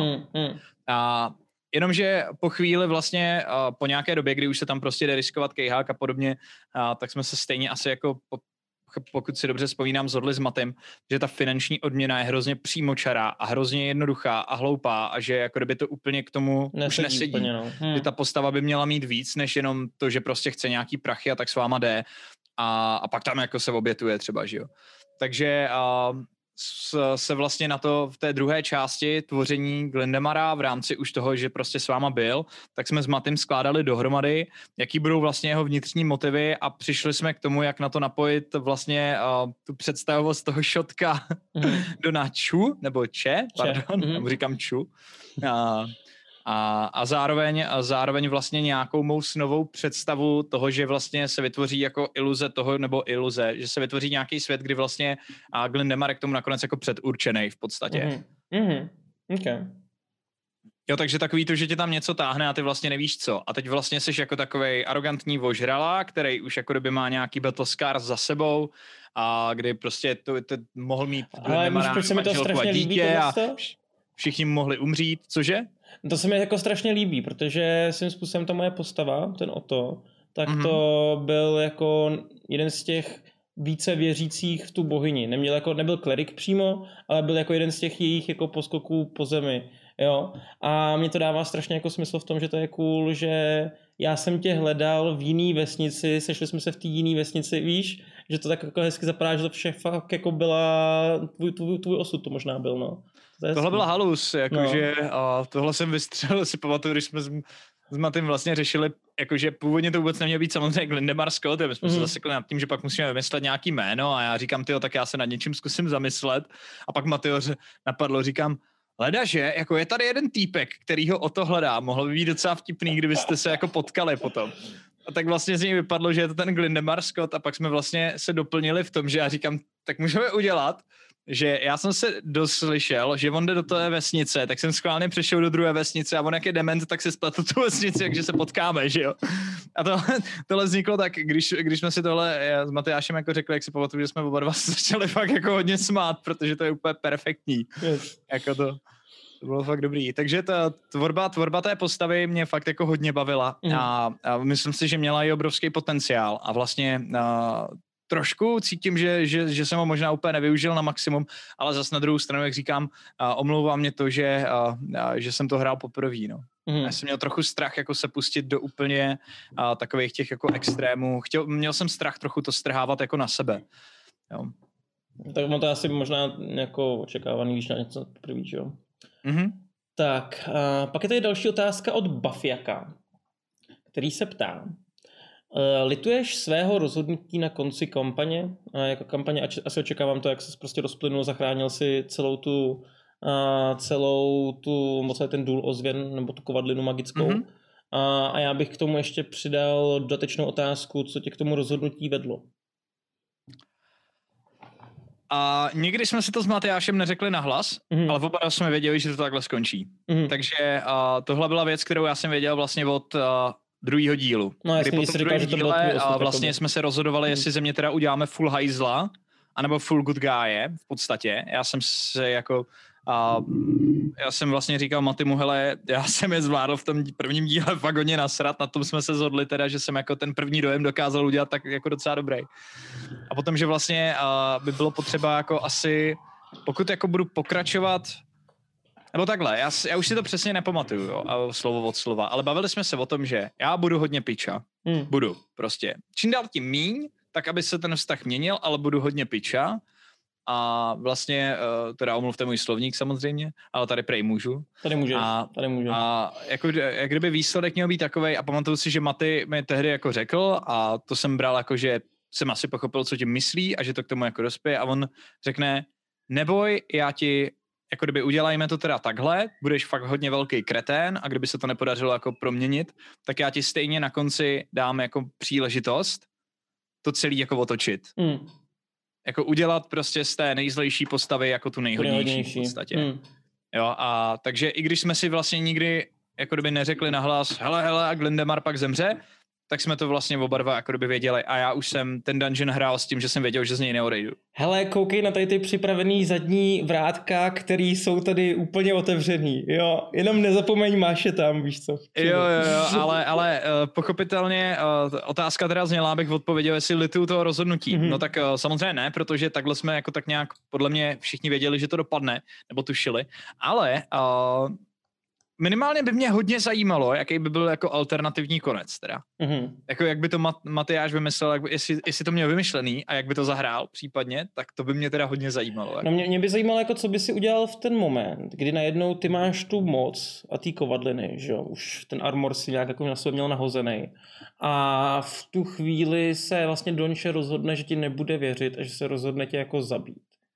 S3: Jenomže po chvíli vlastně, po nějaké době, kdy už se tam prostě jde riskovat kejhák a podobně, tak jsme se stejně asi jako, pokud si dobře vzpomínám, shodli s Matym, že ta finanční odměna je hrozně přímočará a hrozně jednoduchá a hloupá a že jako kdyby to úplně k tomu už nesedí. Úplně, no. Že ta postava by měla mít víc, než jenom to, že prostě chce nějaký prachy a tak s váma jde a pak tam jako se obětuje třeba, že jo. Takže se vlastně na to v té druhé části tvoření Glindemara v rámci už toho, že prostě s váma byl, tak jsme s Matym skládali dohromady, jaký budou vlastně jeho vnitřní motivy a přišli jsme k tomu, jak na to napojit vlastně tu představovost toho šotka do naču, nebo nebo říkám ču. A zároveň vlastně nějakou mou snovou představu toho, že vlastně se vytvoří jako iluze, že se vytvoří nějaký svět, kdy vlastně Glindemar je k tomu nakonec jako předurčený v podstatě.
S2: Okay.
S3: Jo, takže takový to, že tě tam něco táhne a ty vlastně nevíš co. A teď vlastně jsi jako takovej arrogantní vožrala, který už jako kdyby má nějaký battle scars za sebou a kdy prostě to mohl mít
S2: Glindemara manželku a dítě a
S3: všichni mohli umřít, cože?
S2: To se mi jako strašně líbí, protože svým způsobem ta moje postava, ten Otto, tak to byl jako jeden z těch více věřících v tu bohyni. Nebyl klerik přímo, ale byl jako jeden z těch jejich jako poskoků po zemi. Jo? A mě to dává strašně jako smysl v tom, že to je cool, že já jsem tě hledal v jiný vesnici, sešli jsme se v té jiné vesnici, víš, že to tak jako hezky zapadá, že to vše fakt jako byla tvůj osud, to možná byl, no.
S3: Tohle byla halus, jakože tohle jsem vystřelil, si pamatuju, když jsme s Matým vlastně řešili, jakože původně to vůbec nemělo být samozřejmě Glindemar Scott, my jsme se zasekli nad tím, že pak musíme vymyslet nějaký jméno a já říkám, tyjo, tak já se nad něčím zkusím zamyslet a pak Matyho napadlo, říkám, ledaže, jako je tady jeden týpek, který ho o to hledá, mohlo by být docela vtipný, kdybyste se jako potkali potom. A tak vlastně z něj vypadlo, že je to ten Glindemar Scott a pak jsme vlastně se doplnili v tom, že já říkám, tak můžeme udělat, že já jsem se doslyšel, že on jde do té vesnice, tak jsem schválně přešel do druhé vesnice a on jak je dement, tak se spletl tu vesnici, takže se potkáme, že jo. A tohle vzniklo tak, když jsme si tohle s Matyášem jako řekli, jak si pamatuju, že jsme oba dva začali fakt jako hodně smát, protože to je úplně perfektní. Yes. Jako to bylo fakt dobrý. Takže ta tvorba té postavy mě fakt jako hodně bavila a myslím si, že měla i obrovský potenciál a vlastně trošku cítím, že jsem ho možná úplně nevyužil na maximum, ale zase na druhou stranu, jak říkám, omlouvá mě to, že jsem to hrál poprvé. No. Já jsem měl trochu strach jako se pustit do úplně takových těch jako extrémů. Měl jsem strach trochu to strhávat jako na sebe. Jo.
S2: Tak to asi možná jako očekávaný, když na něco poprvé, jo? Tak, pak je tady další otázka od Bafjaka, který se ptá, lituješ svého rozhodnutí na konci kampaně? Jako kampaně asi očekávám to, jak jsi prostě rozplynul, zachránil si celou tu moc ten důl ozvěn, nebo tu kovadlinu magickou. A já bych k tomu ještě přidal dodatečnou otázku, co tě k tomu rozhodnutí vedlo.
S3: A někdy jsme si to s Matyášem neřekli nahlas, ale oba jsme věděli, že to takhle skončí. Takže tohle byla věc, kterou já jsem věděl vlastně od druhého dílu.
S2: No, kdy po tom druhém díle
S3: vlastně jsme se rozhodovali, jestli ze mě teda uděláme full hajzla, anebo full good guy v podstatě. Já jsem se jako já jsem vlastně říkal Matymu, hele, já jsem je zvládl v tom prvním díle fakt hodně nasrat, na tom jsme se shodli teda, že jsem jako ten první dojem dokázal udělat tak jako docela dobrý. A potom, že vlastně by bylo potřeba jako asi, pokud jako budu pokračovat, nebo takhle, já už si to přesně nepamatuju, jo, slovo od slova, ale bavili jsme se o tom, že já budu hodně piča. Budu prostě. Čím dál tím míň, tak aby se ten vztah měnil, ale budu hodně piča. A vlastně, teda omluvte můj slovník samozřejmě, ale tady prej můžu.
S2: Tady můžu.
S3: A jako, jak kdyby výsledek měl být takovej, a pamatuju si, že Maty mi tehdy jako řekl, a to jsem bral jako, že jsem asi pochopil, co tím myslí a že to k tomu jako dospěje, a on řekne, neboj, já ti, jako kdyby udělajme to teda takhle, budeš fakt hodně velký kretén a kdyby se to nepodařilo jako proměnit, tak já ti stejně na konci dám jako příležitost to celý jako otočit. Jako udělat prostě z té nejzlejší postavy jako tu nejhodnější v podstatě. Jo, a takže i když jsme si vlastně nikdy jako kdyby neřekli nahlas, hele, a Glindemar pak zemře, tak jsme to vlastně oba dva jako kdyby věděli a já už jsem ten dungeon hrál s tím, že jsem věděl, že z něj neodejdu.
S2: Hele, koukej na tady ty připravený zadní vrátka, který jsou tady úplně otevřený, jo, jenom nezapomeň, máš je tam, víš co.
S3: Jo, ale pochopitelně otázka teda zněla, abych odpověděl, jestli lituju toho rozhodnutí. No tak samozřejmě ne, protože takhle jsme jako tak nějak podle mě všichni věděli, že to dopadne, nebo tušili, ale minimálně by mě hodně zajímalo, jaký by byl jako alternativní konec teda. Jako jak by to Matyáš vymyslel, jestli to měl vymyšlený a jak by to zahrál případně, tak to by mě teda hodně zajímalo. Jako.
S2: No mě by zajímalo, jako co by si udělal v ten moment, kdy najednou ty máš tu moc a ty kovadliny, že jo, už ten armor si nějak jako na sebe měl nahozený. A v tu chvíli se vlastně Donče rozhodne, že ti nebude věřit a že se rozhodne tě jako zabít.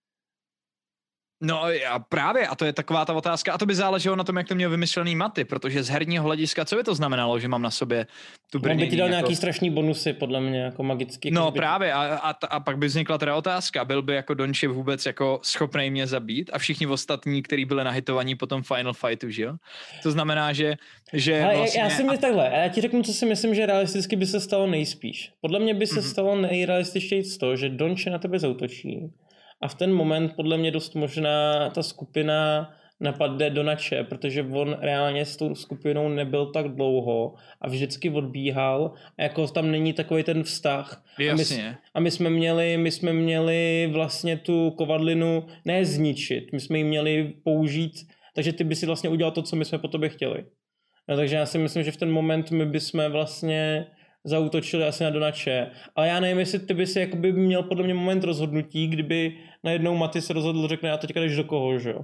S3: No a právě, a to je taková ta otázka, a to by záleželo na tom, jak to měl vymyšlený Maty, protože z herního hlediska, co by to znamenalo, že mám na sobě tu brnění?
S2: On by ti dal
S3: jako
S2: nějaký strašný bonusy, podle mě, jako magický.
S3: No právě, a pak by vznikla teda otázka, byl by jako Donče vůbec jako schopnej mě zabít a všichni ostatní, kteří byli nahitovaní po tom Final Fightu, že jo? To znamená, že
S2: vlastně... Já si myslím takhle, a já ti řeknu, co si myslím, že realisticky by se stalo nejspíš. Podle mě by se stalo nejrealističtěji z toho, že Donče na tebe zaútočí. A v ten moment podle mě dost možná ta skupina napadne Donače, protože on reálně s tou skupinou nebyl tak dlouho a vždycky odbíhal a jako tam není takový ten vztah.
S3: Jasně.
S2: A my jsme měli vlastně tu kovadlinu ne zničit, my jsme ji měli použít, takže ty by si vlastně udělal to, co my jsme po tobě chtěli. No, takže já si myslím, že v ten moment my bychom vlastně zaútočili asi na Donače. Ale já nevím, jestli ty by si jakoby měl podle mě moment rozhodnutí, kdyby najednou Maty se rozhodl, řekne, já teďka jdeš do koho, že jo.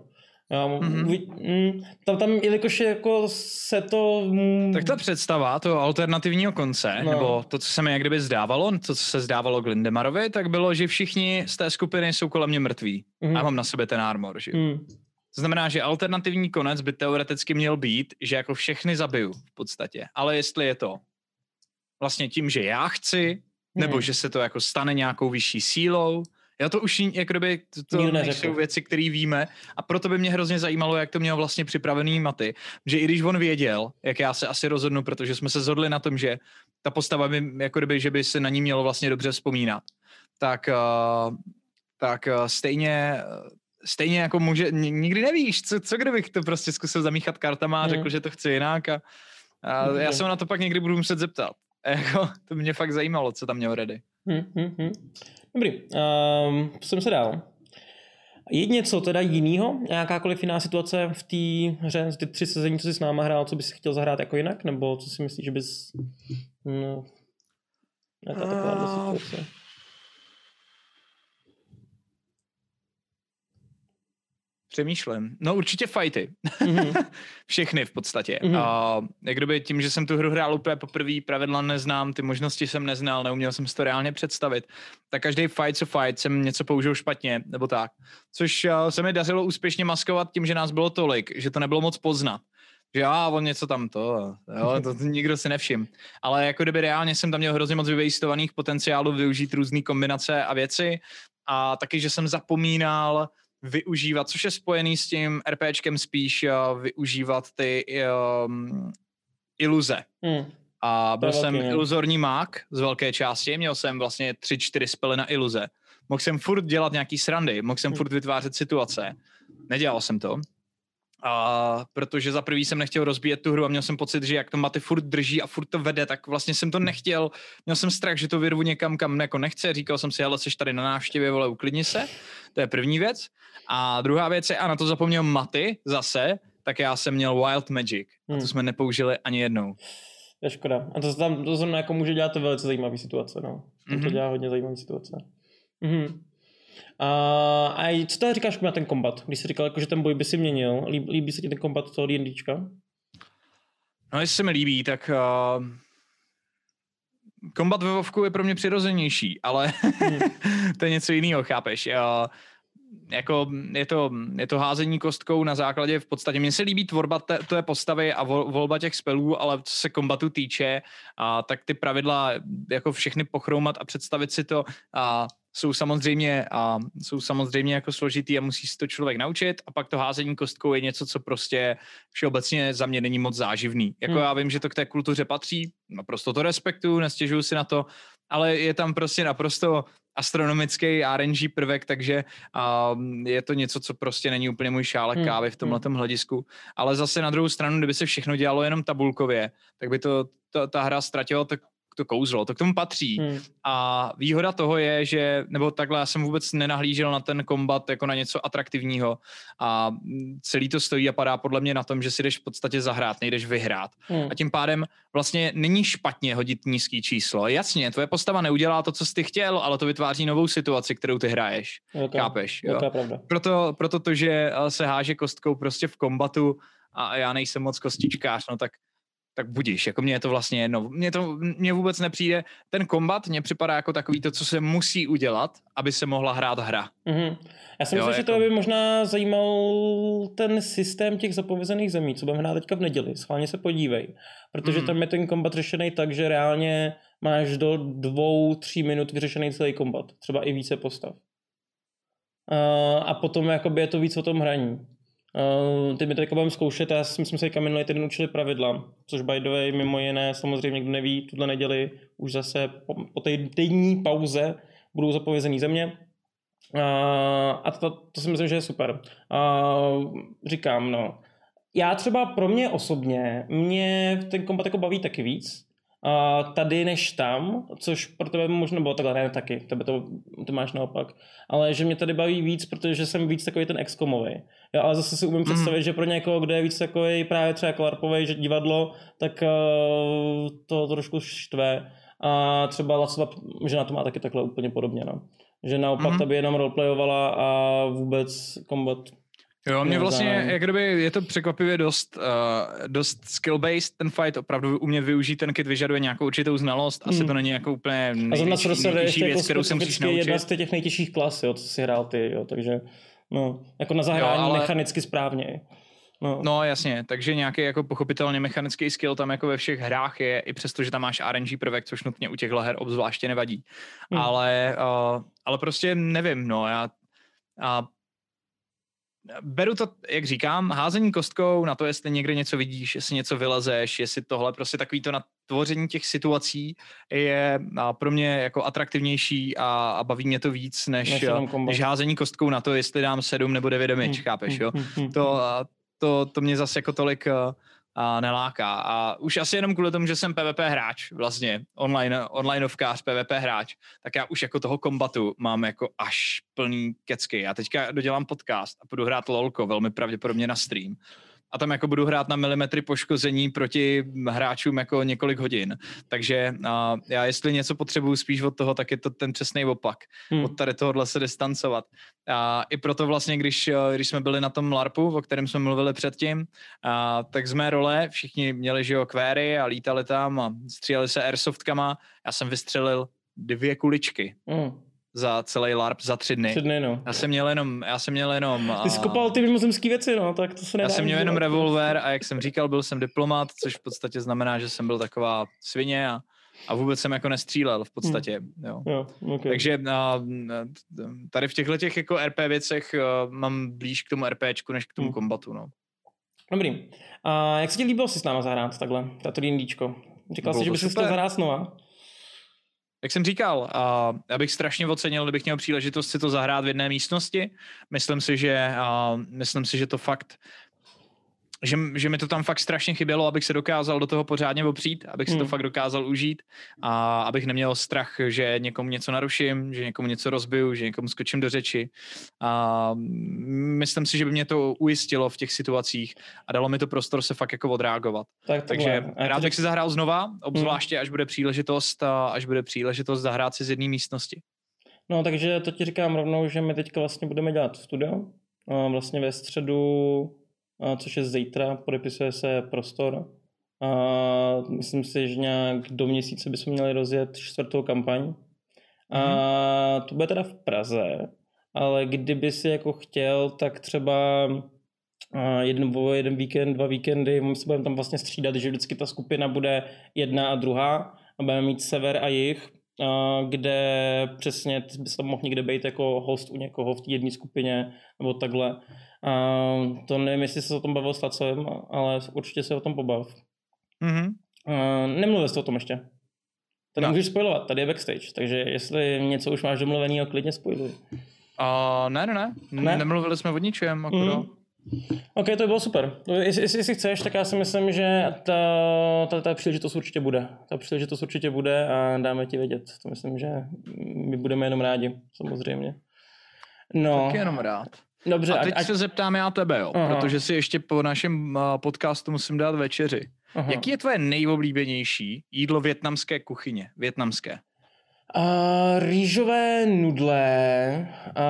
S2: Tam jelikož jako se to...
S3: Tak ta představa toho alternativního konce, nebo to, co se mi jak kdyby zdávalo, to, co se zdávalo Glindemarovi, tak bylo, že všichni z té skupiny jsou kolem mě mrtví. A mám na sebe ten armor, že jo. To znamená, že alternativní konec by teoreticky měl být, že jako všechny zabiju v podstatě. Ale jestli je to vlastně tím, že já chci, nebo že se to jako stane nějakou vyšší sílou, já to už jako kdyby, to nejsou věci, které víme, a proto by mě hrozně zajímalo, jak to měl vlastně připravený Maty, že i když on věděl, jak já se asi rozhodnu, protože jsme se shodli na tom, že ta postava by, jako kdyby, že by se na ní mělo vlastně dobře vzpomínat, tak stejně jako může, nikdy nevíš, co kdybych to prostě zkusil zamíchat kartama a řekl, že to chci jinak a já se na to pak někdy budu muset zeptat. Jako, to mě fakt zajímalo, co tam měl ready.
S2: Dobrý, jsem se dál. Je něco teda jinýho? Nějakákoliv jiná situace v té hře, ty 3 sezení, co jsi s náma hrál, co bys chtěl zahrát jako jinak? Nebo co si myslíš, že bys... Nějaká taková situace?
S3: Přemýšlím. No určitě fighty. Všechny v podstatě. Jak kdyby tím, že jsem tu hru hrál úplně poprvé, pravidla neznám, ty možnosti jsem neznal, neuměl jsem si to reálně představit, tak každý fight jsem něco použil špatně, nebo tak. Což se mi dařilo úspěšně maskovat tím, že nás bylo tolik, že to nebylo moc poznat. Že on něco tam to nikdo si nevšim. Ale jako kdyby reálně jsem tam měl hrozně moc vyvejstovaných potenciálů využít různý kombinace a věci a taky, že jsem zapomínal využívat, což je spojený s tím RPčkem spíš využívat ty iluze. A byl jsem iluzorní mák z velké části, měl jsem vlastně 3-4 spely na iluze. Mohl jsem furt dělat nějaký srandy, mohl jsem furt vytvářet situace. Nedělal jsem to. Protože za prvý jsem nechtěl rozbíjet tu hru a měl jsem pocit, že jak to Maty furt drží a furt to vede, tak vlastně jsem to nechtěl. Měl jsem strach, že to vyrvu někam, kam jako nechce. Říkal jsem si, hele, jsi tady na návštěvě, vole, uklidni se. To je první věc. A druhá věc je, a na to zapomněl Maty zase, tak já jsem měl Wild Magic. A to jsme nepoužili ani jednou.
S2: Je škoda. A to znamená, jako může dělat to velice zajímavý situace, no. To dělá hodně zajímavý situace. A co tady říkáš na ten kombat? Když jsi říkal, jako, že ten boj by si měnil, líbí se ti ten kombat toho D&Dčka?
S3: No, jestli se mi líbí, tak kombat ve WoWku je pro mě přirozenější, ale to je něco jiného, chápeš? Jako je to házení kostkou na základě v podstatě. Mně se líbí tvorba té postavy a volba těch spelů, ale co se kombatu týče, tak ty pravidla jako všechny pochroumat a představit si to jsou samozřejmě jako složitý a musí si to člověk naučit, a pak to házení kostkou je něco, co prostě všeobecně za mě není moc záživný. Jako já vím, že to k té kultuře patří, naprosto to respektuju, nestěžuju si na to, ale je tam prostě naprosto astronomický RNG prvek, takže je to něco, co prostě není úplně můj šálek kávy v tomhletom hledisku. Ale zase na druhou stranu, kdyby se všechno dělalo jenom tabulkově, tak by ta hra ztratila to kouzlo, to k tomu patří. A výhoda toho je, že, nebo takhle, já jsem vůbec nenahlížel na ten kombat jako na něco atraktivního a celý to stojí a padá podle mě na tom, že si jdeš v podstatě zahrát, nejdeš vyhrát. A tím pádem vlastně není špatně hodit nízký číslo. Jasně, tvoje postava neudělá to, co jsi chtěl, ale to vytváří novou situaci, kterou ty hraješ. Chápeš? Jo? Proto to, že se háže kostkou prostě v kombatu a já nejsem moc kostičkář, no tak budíš, jako mně je to vlastně jedno. Mně vůbec nepřijde, ten kombat mně připadá jako takový to, co se musí udělat, aby se mohla hrát hra.
S2: Já si myslím, že to by možná zajímal ten systém těch zapovězených zemí, co budeme hrát teďka v neděli. Schválně se podívej, protože tam je ten kombat řešený tak, že reálně máš do 2-3 minut vyřešený celý kombat, třeba i více postav. A potom jakoby je to víc o tom hraní. Teď mi teďka budeme zkoušet, já si myslím, že se minulý týden učili pravidla, což by the way, mimo jiné, samozřejmě kdo neví, tuhle neděli už zase po té týdní pauze budou zapovězený země a to si myslím, že je super. Říkám, no, já třeba pro mě osobně, mě ten kombat jako baví taky víc, tady než tam, což pro tebe možná bylo takhle, ne taky, tebe to máš naopak, ale že mě tady baví víc, protože jsem víc takový ten XCOMovej. Já ale zase si umím představit, že pro někoho, kdo je víc takový právě třeba jako LARPovej, že divadlo, tak to trošku štve. A třeba Laclap, že na to má taky takhle úplně podobně, no. Že naopak ta by jenom roleplayovala a vůbec combat.
S3: Jo, mě vlastně, jak kdyby je to překvapivě dost skill-based, ten fight, opravdu umět využít ten kit vyžaduje nějakou určitou znalost, asi to není jako úplně nejtěžší věc, kterou se musíš naučit.
S2: Jedna z těch nejtěžších klas, jo, co si hrál ty, jo, takže no, jako na zahrání mechanicky správně.
S3: No jasně, takže nějaký jako pochopitelně mechanický skill tam jako ve všech hrách je, i přesto, že tam máš RNG prvek, což nutně u těchto her obzvláště nevadí. Ale prostě nevím, no, já beru to, jak říkám, házení kostkou na to, jestli někde něco vidíš, jestli něco vylezeš, jestli tohle, prostě takový to natvoření těch situací je pro mě jako atraktivnější a baví mě to víc, než házení kostkou na to, jestli dám 7 nebo 9 damage, chápeš, jo? To mě zase jako tolik neláká. A už asi jenom kvůli tomu, že jsem PvP hráč, vlastně onlineovkář, PvP hráč, tak já už jako toho kombatu mám jako až plný kecky. Já teďka dodělám podcast a budu hrát LOLko, velmi pravděpodobně na stream. A tam jako budu hrát na milimetry poškození proti hráčům jako několik hodin. Takže já jestli něco potřebuju spíš od toho, tak je to ten přesný opak. Od tady tohohle se distancovat. A i proto vlastně, když jsme byli na tom LARPu, o kterém jsme mluvili předtím, tak z mé role všichni měli, že jo, query a lítali tam a stříleli se airsoftkama. Já jsem vystřelil 2 kuličky. Za celý LARP za 3 dny.
S2: 3 dny, no.
S3: Já jsem měl jenom...
S2: Ty jsi kopal ty mimozemský věci, no, tak to se nedá.
S3: Já jsem měl jenom revolver a jak jsem říkal, byl jsem diplomat, což v podstatě znamená, že jsem byl taková svině a vůbec jsem jako nestřílel v podstatě. Jo,
S2: okay.
S3: Takže tady v těchto těch jako RP věcech mám blíž k tomu RPčku, než k tomu kombatu, no.
S2: Dobrý. A jak se ti líbilo si s náma zahrát takhle, tato D&Dčko? Říkal jsi, že bys si chtěl zahrát znova?
S3: Jak jsem říkal, já bych strašně ocenil, kdybych měl příležitost si to zahrát v jedné místnosti. Myslím si, že to fakt, že mi to tam fakt strašně chybělo, abych se dokázal do toho pořádně opřít, abych si to fakt dokázal užít a abych neměl strach, že někomu něco naruším, že někomu něco rozbiju, že někomu skočím do řeči. Myslím si, že by mě to ujistilo v těch situacích a dalo mi to prostor se fakt jako odreagovat. Takže rád bych si zahrál znova, obzvláště až bude příležitost zahrát si z jedné místnosti.
S2: No takže to ti říkám rovnou, že my teďka vlastně budeme dělat studio. Vlastně ve středu, což je zítra, podepisuje se prostor. Myslím si, že nějak do měsíce bychom měli rozjet 4. kampaň. To bude teda v Praze, ale kdyby si jako chtěl, tak třeba jeden víkend, 2 víkendy, my se budeme tam vlastně střídat, že vždycky ta skupina bude jedna a druhá a budeme mít sever a jih, kde přesně bys tam mohl někde být jako host u někoho v té jedné skupině nebo takhle. To nevím, jestli se o tom bavil s Lacem, ale určitě se o tom pobav. Nemluvil jste o tom ještě. Tady můžeš spoilovat, tady je backstage, takže jestli něco už máš domluvený, klidně spoiluj.
S3: Ne. Nemluvili jsme o ničem.
S2: OK, to by bylo super. Jestli chceš, tak já si myslím, že ta příležitost určitě bude. Ta příležitost určitě bude a dáme ti vědět. To myslím, že my budeme jenom rádi, samozřejmě. No.
S3: Tak jenom rád.
S2: Dobře,
S3: a teď se zeptám já tebe, jo, protože si ještě po našem podcastu musím dát večeři. Jaký je tvoje nejoblíbenější jídlo vietnamské kuchyně? Vietnamské.
S2: Rýžové nudle.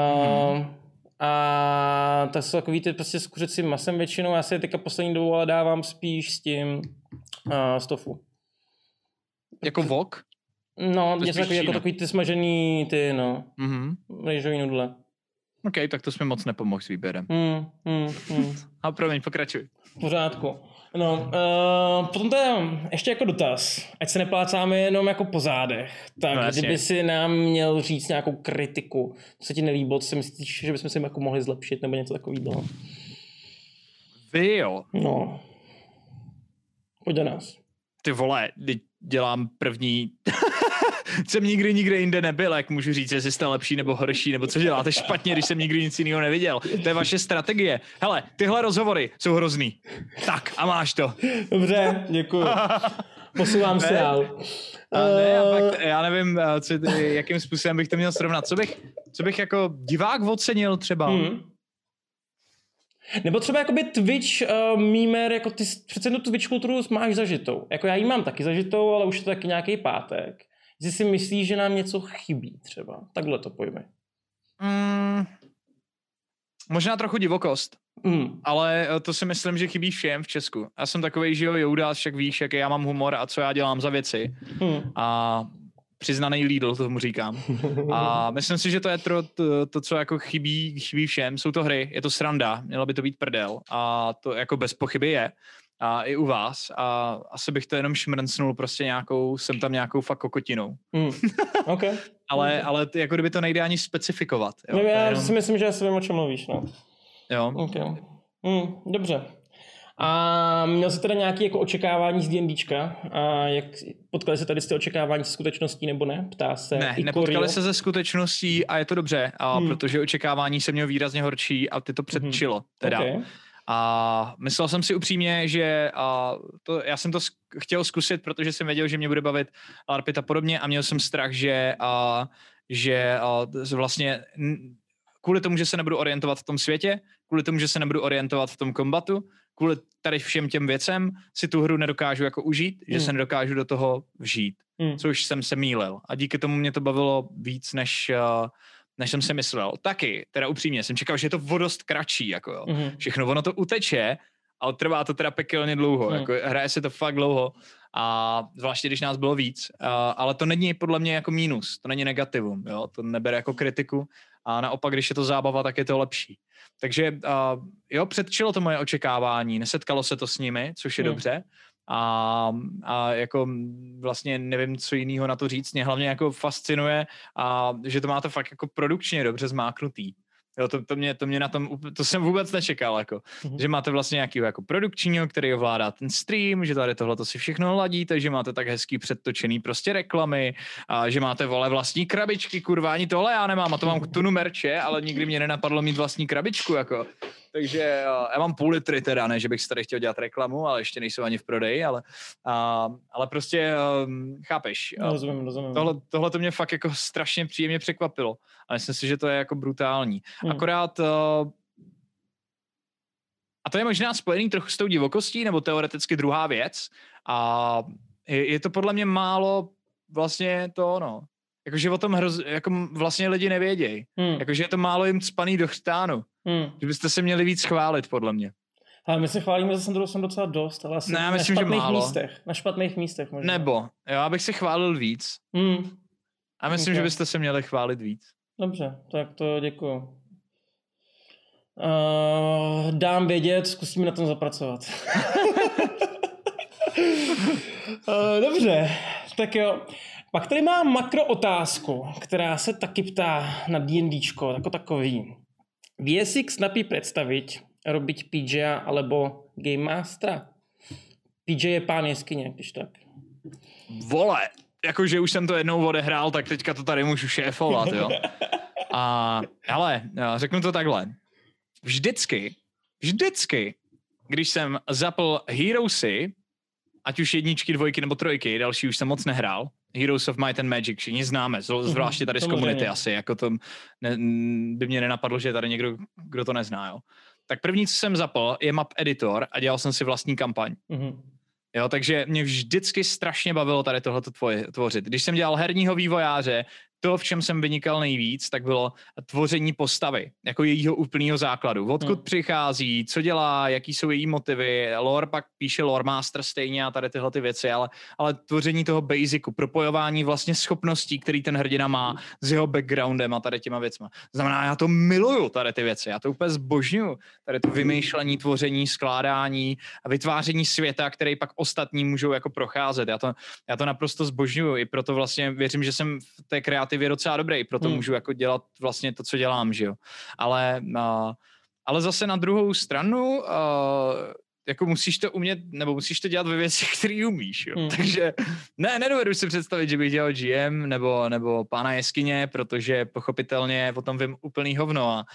S2: A tak jsou takový ty prostě s kuřecím masem většinou. Já si teďka poslední dobou ale dávám spíš s tím z tofu.
S3: Jako wok?
S2: No, něco takový, jako takový ty smažený rýžový nudle.
S3: OK, tak to jsme moc nepomohl s výběrem. A promiň, pokračuj.
S2: V pořádku. No, potom to je ještě jako dotaz, ať se neplácáme jenom jako po zádech, tak kdyby si nám měl říct nějakou kritiku, co se ti nelíbilo, co si myslíš, že bychom si jako mohli zlepšit, nebo něco takového.
S3: Vy jo.
S2: No. Pojď do nás.
S3: Ty vole, dělám první... jsem nikdy nikde jinde nebyl, jak můžu říct, jestli jste lepší nebo horší, nebo co děláte špatně, když jsem nikdy nic jiného neviděl. To je vaše strategie. Hele, tyhle rozhovory jsou hrozný. Tak, a máš to.
S2: Dobře, děkuju. Posouvám se dál.
S3: Já nevím, jakým způsobem bych to měl srovnat. Co bych jako divák ocenil třeba?
S2: Nebo třeba jakoby Twitch memer, jako ty přece tu Twitch kulturu máš zažitou. Jako já ji mám taky zažitou, ale už je to taky nějaký pátek. Jestli si myslíš, že nám něco chybí třeba. Takhle to pojme.
S3: Možná trochu divokost. Ale to si myslím, že chybí všem v Česku. Já jsem takovej, že Joudas, však víš, jaký já mám humor a co já dělám za věci. A přiznaný Lidl, tomu říkám. A myslím si, že to je to, co jako chybí všem. Jsou to hry, je to sranda, mělo by to být prdel. A to jako bez pochyby je. A i u vás. A asi bych to jenom šmrncnul prostě nějakou fakt kokotinou.
S2: Okay.
S3: ale jako kdyby to nejde ani specifikovat. Jo?
S2: No, já si myslím, že asi vím, o čem mluvíš. No.
S3: Jo.
S2: Okay. Dobře. A měl jsi teda nějaké jako očekávání z D&Dčka? A jak potkali se tady z té očekávání se skutečností nebo ne? Ptá se.
S3: Ne, nepotkali se ze skutečností a je to dobře, protože očekávání se mělo výrazně horší a ty to předčilo. Teda. Okay. A myslel jsem si upřímně, že já jsem to chtěl zkusit, protože jsem věděl, že mě bude bavit LARPit a podobně a měl jsem strach, že vlastně kvůli tomu, že se nebudu orientovat v tom světě, kvůli tomu, že se nebudu orientovat v tom kombatu, kvůli tady všem těm věcem si tu hru nedokážu jako užít, že se nedokážu do toho vžít, což jsem se mýlil. A díky tomu mě to bavilo víc, než jsem si myslel. Taky, teda upřímně, jsem čekal, že je to vodost kratší, jako jo. Všechno ono to uteče, ale trvá to teda pekelně dlouho, jako hraje se to fakt dlouho a zvláště, když nás bylo víc, ale to není podle mě jako mínus, to není negativum, jo, to nebere jako kritiku a naopak, když je to zábava, tak je to lepší. Takže jo, předčilo to moje očekávání, nesetkalo se to s nimi, což je dobře. A jako vlastně nevím, co jiného na to říct. Mě hlavně jako fascinuje, že to máte fakt jako produkčně dobře zmáknutý. Jo, to mě na tom, to jsem vůbec nečekal, jako, že máte vlastně nějakýho jako produkčního, který ovládá ten stream, že tady tohle to si všechno ladíte, že máte tak hezký předtočený prostě reklamy, a že máte vlastní krabičky, kurva, ani tohle já nemám, a to mám tunu merče, ale nikdy mě nenapadlo mít vlastní krabičku, jako. Takže já mám půl litry teda, ne, že bych si tady chtěl dělat reklamu, ale ještě nejsou ani v prodeji, ale prostě chápeš.
S2: Rozumím.
S3: Tohle to mě fakt jako strašně příjemně překvapilo. A myslím si, že to je jako brutální. Akorát a to je možná spojený trochu s tou divokostí, nebo teoreticky druhá věc. A je to podle mě málo vlastně to, no. Jakože o tom jako vlastně lidi nevědějí. Jakože je to málo jim cpaný do chřtánu. Že byste se měli víc chválit, podle mě.
S2: Ale my se chválíme, že jsem docela dost, ale asi
S3: ne, myslím,
S2: na špatných místech možná.
S3: Nebo, já bych se chválil víc. A myslím, že byste se měli chválit víc.
S2: Dobře, tak to děkuju. Dám vědět, zkusíme na tom zapracovat. Dobře, tak jo. Pak tady mám makro otázku, která se taky ptá na D&Dčko, jako takový. Vie si snapí představit robiť PJ alebo Game Mastera? PJ je pán jeskyně, když tak.
S3: Vole, jakože už jsem to jednou odehrál, tak teďka to tady můžu šéfovat, jo. Ale řeknu to takhle. Vždycky, když jsem zapl Heroesy, ať už 1, 2 nebo 3, další už jsem moc nehrál, Heroes of Might and Magic, všichni známe, zvláště tady z komunity asi, jako to by mě nenapadlo, že je tady někdo, kdo to nezná, jo. Tak první, co jsem zapl, je map editor a dělal jsem si vlastní kampaň. Jo, takže mě vždycky strašně bavilo tady tohleto tvořit. Když jsem dělal herního vývojáře, to, v čem jsem vynikal nejvíc, tak bylo tvoření postavy, jako jejího úplného základu. Odkud přichází, co dělá, jaký jsou její motivy, lore pak píše lore master stejně a tady tyhle ty věci, ale tvoření toho basicu, propojování vlastně schopností, který ten hrdina má s jeho backgroundem a tady těma věcma. Znamená, já to miluju, tady ty věci, já to úplně zbožňuju, tady to vymýšlení, tvoření, skládání a vytváření světa, který pak ostatní můžou jako procházet. Já to naprosto zbožňuju, i proto vlastně věřím, že jsem v té kreativě docela dobrý, proto můžu jako dělat vlastně to, co dělám, že jo. Ale zase na druhou stranu jako musíš to umět, nebo musíš to dělat ve věci, které umíš, jo. Takže nedovedu si představit, že bych dělal GM nebo pána jeskyně, protože pochopitelně o tom vím úplný hovno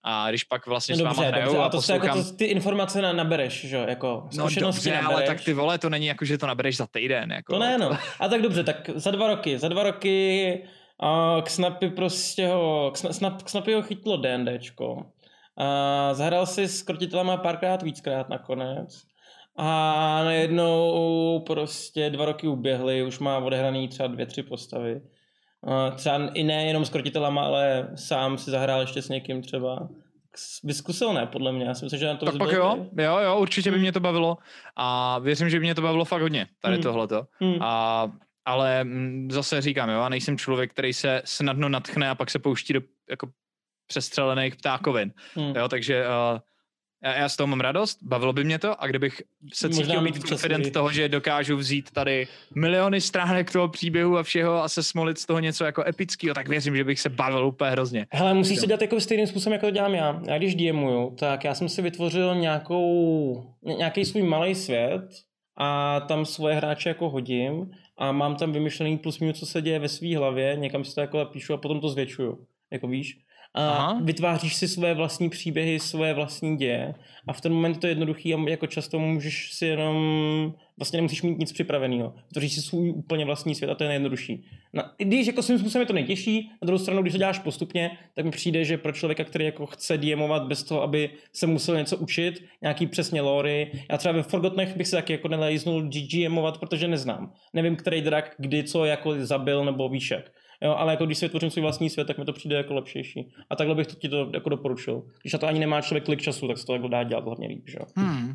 S3: A když pak vlastně s váma hrajou
S2: a to poslouchám... Jako ty informace nabereš, že? Jako zkušenosti nabereš.
S3: Ale tak ty vole, to není jako, že to nabereš za týden. Jako,
S2: to ne, no. A tak dobře, tak za 2 roky Xnapy prostě Xnapy ho chytlo D&Dčko. A zahrál si s krotitelama párkrát, víckrát nakonec. A najednou prostě 2 roky uběhly, už má odehraný třeba 2-3 postavy. Třeba i ne jenom s krotitelama, ale sám si zahrál ještě s někým třeba. By zkusil, ne, podle mě. Já si myslím, že na to
S3: tak pak jo, určitě by mě to bavilo. A věřím, že by mě to bavilo fakt hodně, tady tohleto. Ale zase říkám, jo, já nejsem člověk, který se snadno nadchne a pak se pouští do jako přestřelených ptákovin. Jo, takže já z toho mám radost, bavilo by mě to a kdybych se cítil mít confident toho, že dokážu vzít tady miliony stránek toho příběhu a všeho a se smolit z toho něco jako epického, tak věřím, že bych se bavil úplně hrozně.
S2: Hele, musíš to dělat jako stejným způsobem, jako to dělám já. Já když DMuju, tak já jsem si vytvořil nějaký svůj malý svět a tam svoje hráče jako hodím a mám tam vymyšlený plus minus, co se děje ve své hlavě, někam si to jako píšu a potom to zvětšuju, jako víš. A vytváříš si své vlastní příběhy, své vlastní děje a v ten moment to je jednoduchý a jako často můžeš si jenom, vlastně nemusíš mít nic připraveného. Vytvoříš si svůj úplně vlastní svět a to je nejjednodušší. I když jako svým způsobem je to nejtěžší, na druhou stranu, když to děláš postupně, tak mi přijde, že pro člověka, který jako chce DMovat bez toho, aby se musel něco učit, nějaký přesně lory. Já třeba ve Forgottenech bych se taky jako nelejznul GMovat, protože neznám. Nevím, který drak kdy co jako zabil nebo víš jak. Jo, ale jako když si vytvořím svůj vlastní svět, tak mi to přijde jako lepšejší. A takhle bych ti to jako doporučil. Když na to ani nemá člověk tolik času, tak se to takhle dá dělat hlavně líp, že?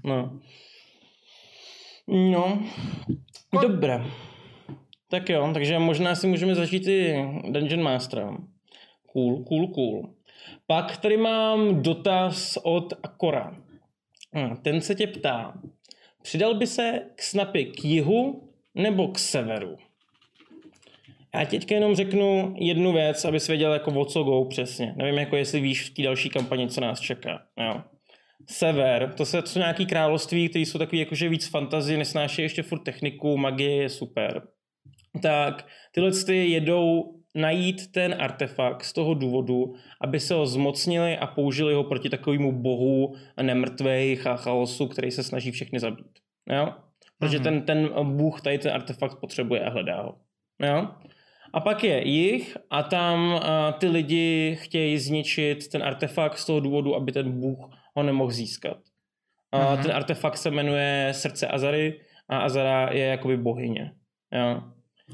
S2: No. Dobré. Tak jo, takže možná si můžeme začít i Dungeon Mastera. Cool. Pak tady mám dotaz od Akora. Ten se tě ptá, přidal by se Xnapy k jihu nebo k severu? Já teďka jenom řeknu jednu věc, abys věděl jako o co go přesně. Nevím, jako jestli víš v té další kampani, co nás čeká. Jo. Sever, to jsou nějaký království, které jsou takový jakože víc fantasy, nesnáší ještě furt techniku, magie je super. Tak tyhle jedou najít ten artefakt z toho důvodu, aby se ho zmocnili a použili ho proti takovému bohu nemrtvejch a chaosu, který se snaží všechny zabít. Jo? Protože ten bůh tady ten artefakt potřebuje a hledá ho. Jo? A pak je jich a tam ty lidi chtějí zničit ten artefakt z toho důvodu, aby ten bůh ho nemohl získat. Ten artefakt se jmenuje Srdce Azary a Azara je jakoby bohyně. Jo?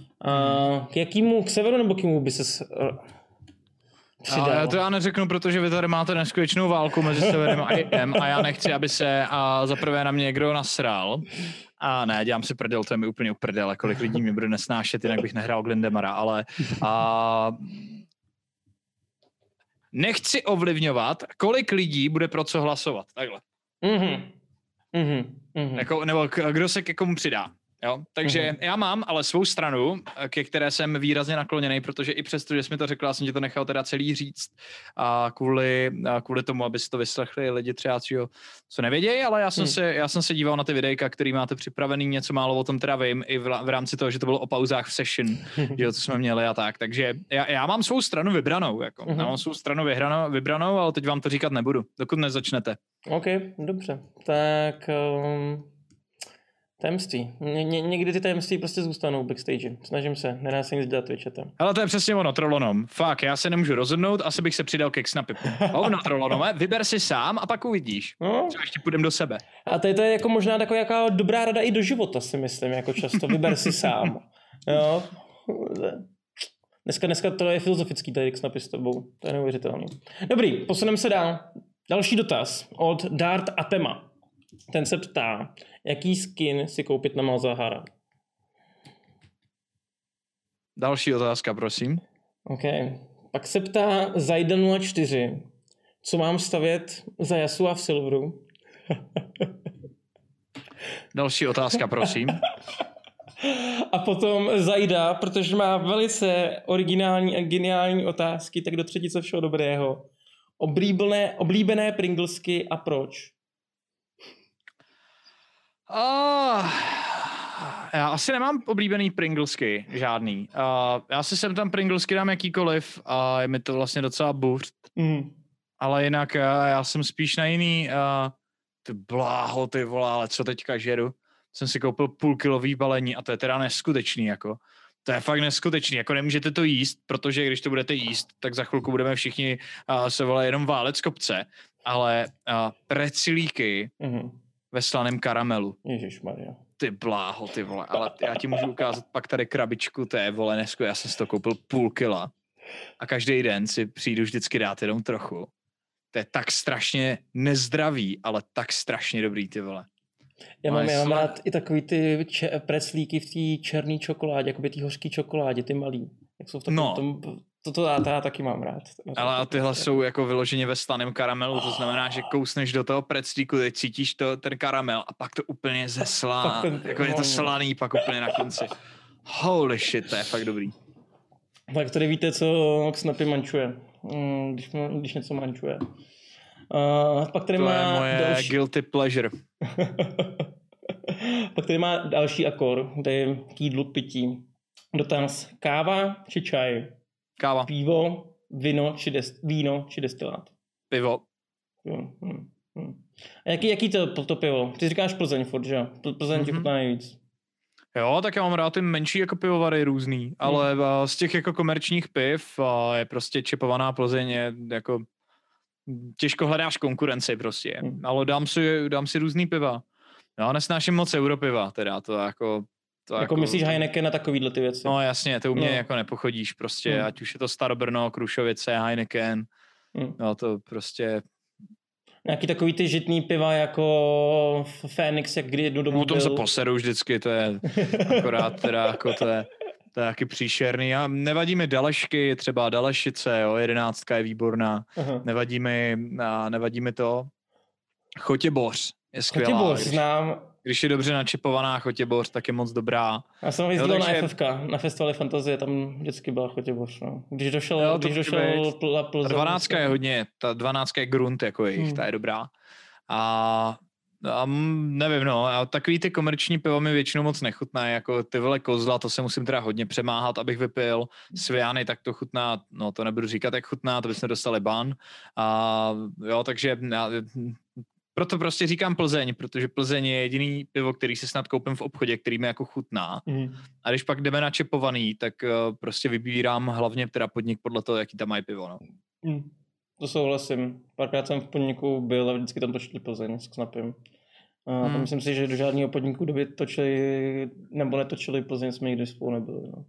S2: K severu nebo k jakému by se přidal?
S3: Já to já neřeknu, protože vy tady máte neskutečnou válku mezi severem a jihem a já nechci, aby se zaprvé na mě někdo nasral. A ne, dělám si prdel, to je mi úplně uprdel, kolik lidí mi bude nesnášet, jinak bych nehrál Glindemara, ale nechci ovlivňovat, kolik lidí bude pro co hlasovat, takhle. Jako, nebo kdo se ke komu přidá. Jo? Takže já mám ale svou stranu, ke které jsem výrazně nakloněný, protože i přesto, že jsi mi to řekl, já jsem ti to nechal teda celý říct a kvůli tomu, aby si to vyslechli lidi třeba, co nevědějí, ale já jsem se díval na ty videjka, který máte připravený, něco málo o tom teda vím, i v rámci toho, že to bylo o pauzách v session, že to jsme měli a tak, takže já mám svou stranu vybranou, jako. Já mám svou stranu vybranou, ale teď vám to říkat nebudu, dokud nezačnete.
S2: OK, dobře, tak... Tajemství. Někdy ty tajemství prostě zůstanou v backstage. Snažím se, nedá se nic dělat Twitchetem.
S3: Ale to je přesně ono, Trollonom. Fakt, já se nemůžu rozhodnout, asi bych se přidal ke Xnapy. Hovno, Trollonome, vyber si sám a pak uvidíš. Třeba ještě půjdem do sebe.
S2: A to je jako možná taková jako dobrá rada i do života, si myslím, jako často. Vyber si sám. Jo. Dneska to je filozofický tady Xnapy s tebou. To je neuvěřitelný. Dobrý, posuneme se dál. Další dotaz od Dart Atema. Ten se ptá, jaký skin si koupit na Malzahara.
S3: Další otázka, prosím.
S2: OK. Pak se ptá Zajda 04, co mám stavět za Yasua v Silveru.
S3: Další otázka, prosím.
S2: A potom Zajda, protože má velice originální a geniální otázky, tak do třetice všeho dobrého. Oblíbené Pringlesky a proč?
S3: Já asi nemám oblíbený Pringlesky, žádný. Já si sem tam Pringlesky dám jakýkoliv a je mi to vlastně docela burst. Ale jinak já jsem spíš na jiný, ty bláho, ty vole, ale co teďka žeru? Jsem si koupil půlkilový balení a to je teda neskutečný, jako. To je fakt neskutečný, jako nemůžete to jíst, protože když to budete jíst, tak za chvilku budeme všichni se vole jenom válet z kopce, ale precilíky ve slaném karamelu.
S2: Ježišmarja.
S3: Ty bláho, ty vole, ale já ti můžu ukázat pak tady krabičku, to je vole já jsem si to koupil půl kila a každý den si přijdu vždycky dát jenom trochu. To je tak strašně nezdravý, ale tak strašně dobrý, ty vole.
S2: Já mám rád i takový ty preclíky v té černé čokoládě, jakoby ty hořký čokoládě, ty malý. Jak jsou v takovém to já taky mám rád.
S3: Ale tyhle jsou jako vyloženě ve slaném karamelu, to znamená, že kousneš do toho preclíku, teď cítíš ten karamel a pak to úplně zeslá. Jako je to slaný pak úplně na konci. Holy shit, to je fakt dobrý.
S2: Tak tady víte, co Snapy mančuje, když něco mančuje. Pak tady
S3: to je moje guilty pleasure.
S2: Pak tady má další akor, kde je k jídlu, k pití. Dotaz, káva či čaj?
S3: Káva.
S2: Pivo, víno či destilát?
S3: Pivo.
S2: A jaký to pivo? Ty říkáš Plzeň furt, že? Plzeň ti chutná nejvíc.
S3: Jo, tak já mám rád ty menší jako pivovary různý, ale z těch jako komerčních piv je prostě čepovaná Plzeň, je jako těžko hledáš konkurenci prostě, ale dám si různý piva. Já nesnáším moc europiva, teda to jako...
S2: Jako myslíš Heineken na takovýhle ty věci?
S3: No jasně, to u mě jako nepochodíš prostě, ať už je to Starobrno, Krušovice, Heineken, no to prostě...
S2: Nějaký takový ty žitný piva jako Fénix, jak kdy jednu dobu
S3: byl. O tom se poseru vždycky, to je akorát teda jako to je taky příšerný. A nevadí mi Dalešky, třeba Dalešice, jo, 11 je výborná. Nevadí mi to. Chotěboř je skvělá.
S2: Chotěboř znám.
S3: Když je dobře načepovaná Chotěboř, tak je moc dobrá.
S2: Já jsem jezdil na FFK, na festivalu Fantazie, tam vždycky byla Chotěboř. No. Když došel
S3: ta 12 je hodně, ta 12 je grunt jako jejich, ta je dobrá. A nevím, no, a takový ty komerční piva mi většinou moc nechutná, jako ty vole Kozla, to se musím teda hodně přemáhat, abych vypil. Sviany, tak to chutná, no to nebudu říkat, jak chutná, to bychom dostali ban. A jo, takže proto prostě říkám Plzeň, protože Plzeň je jediný pivo, který si snad koupím v obchodě, který mi jako chutná. A když pak jdeme na čepovaný, tak prostě vybírám hlavně teda podnik podle toho, jaký tam mají pivo, no.
S2: To souhlasím. Párkrát jsem v podniku byl a vždycky tam točili Plzeň s Snapem. A myslím si, že do žádného podniku doby točili, nebo netočili Plzeň, jsme nikdy spolu nebyli, no.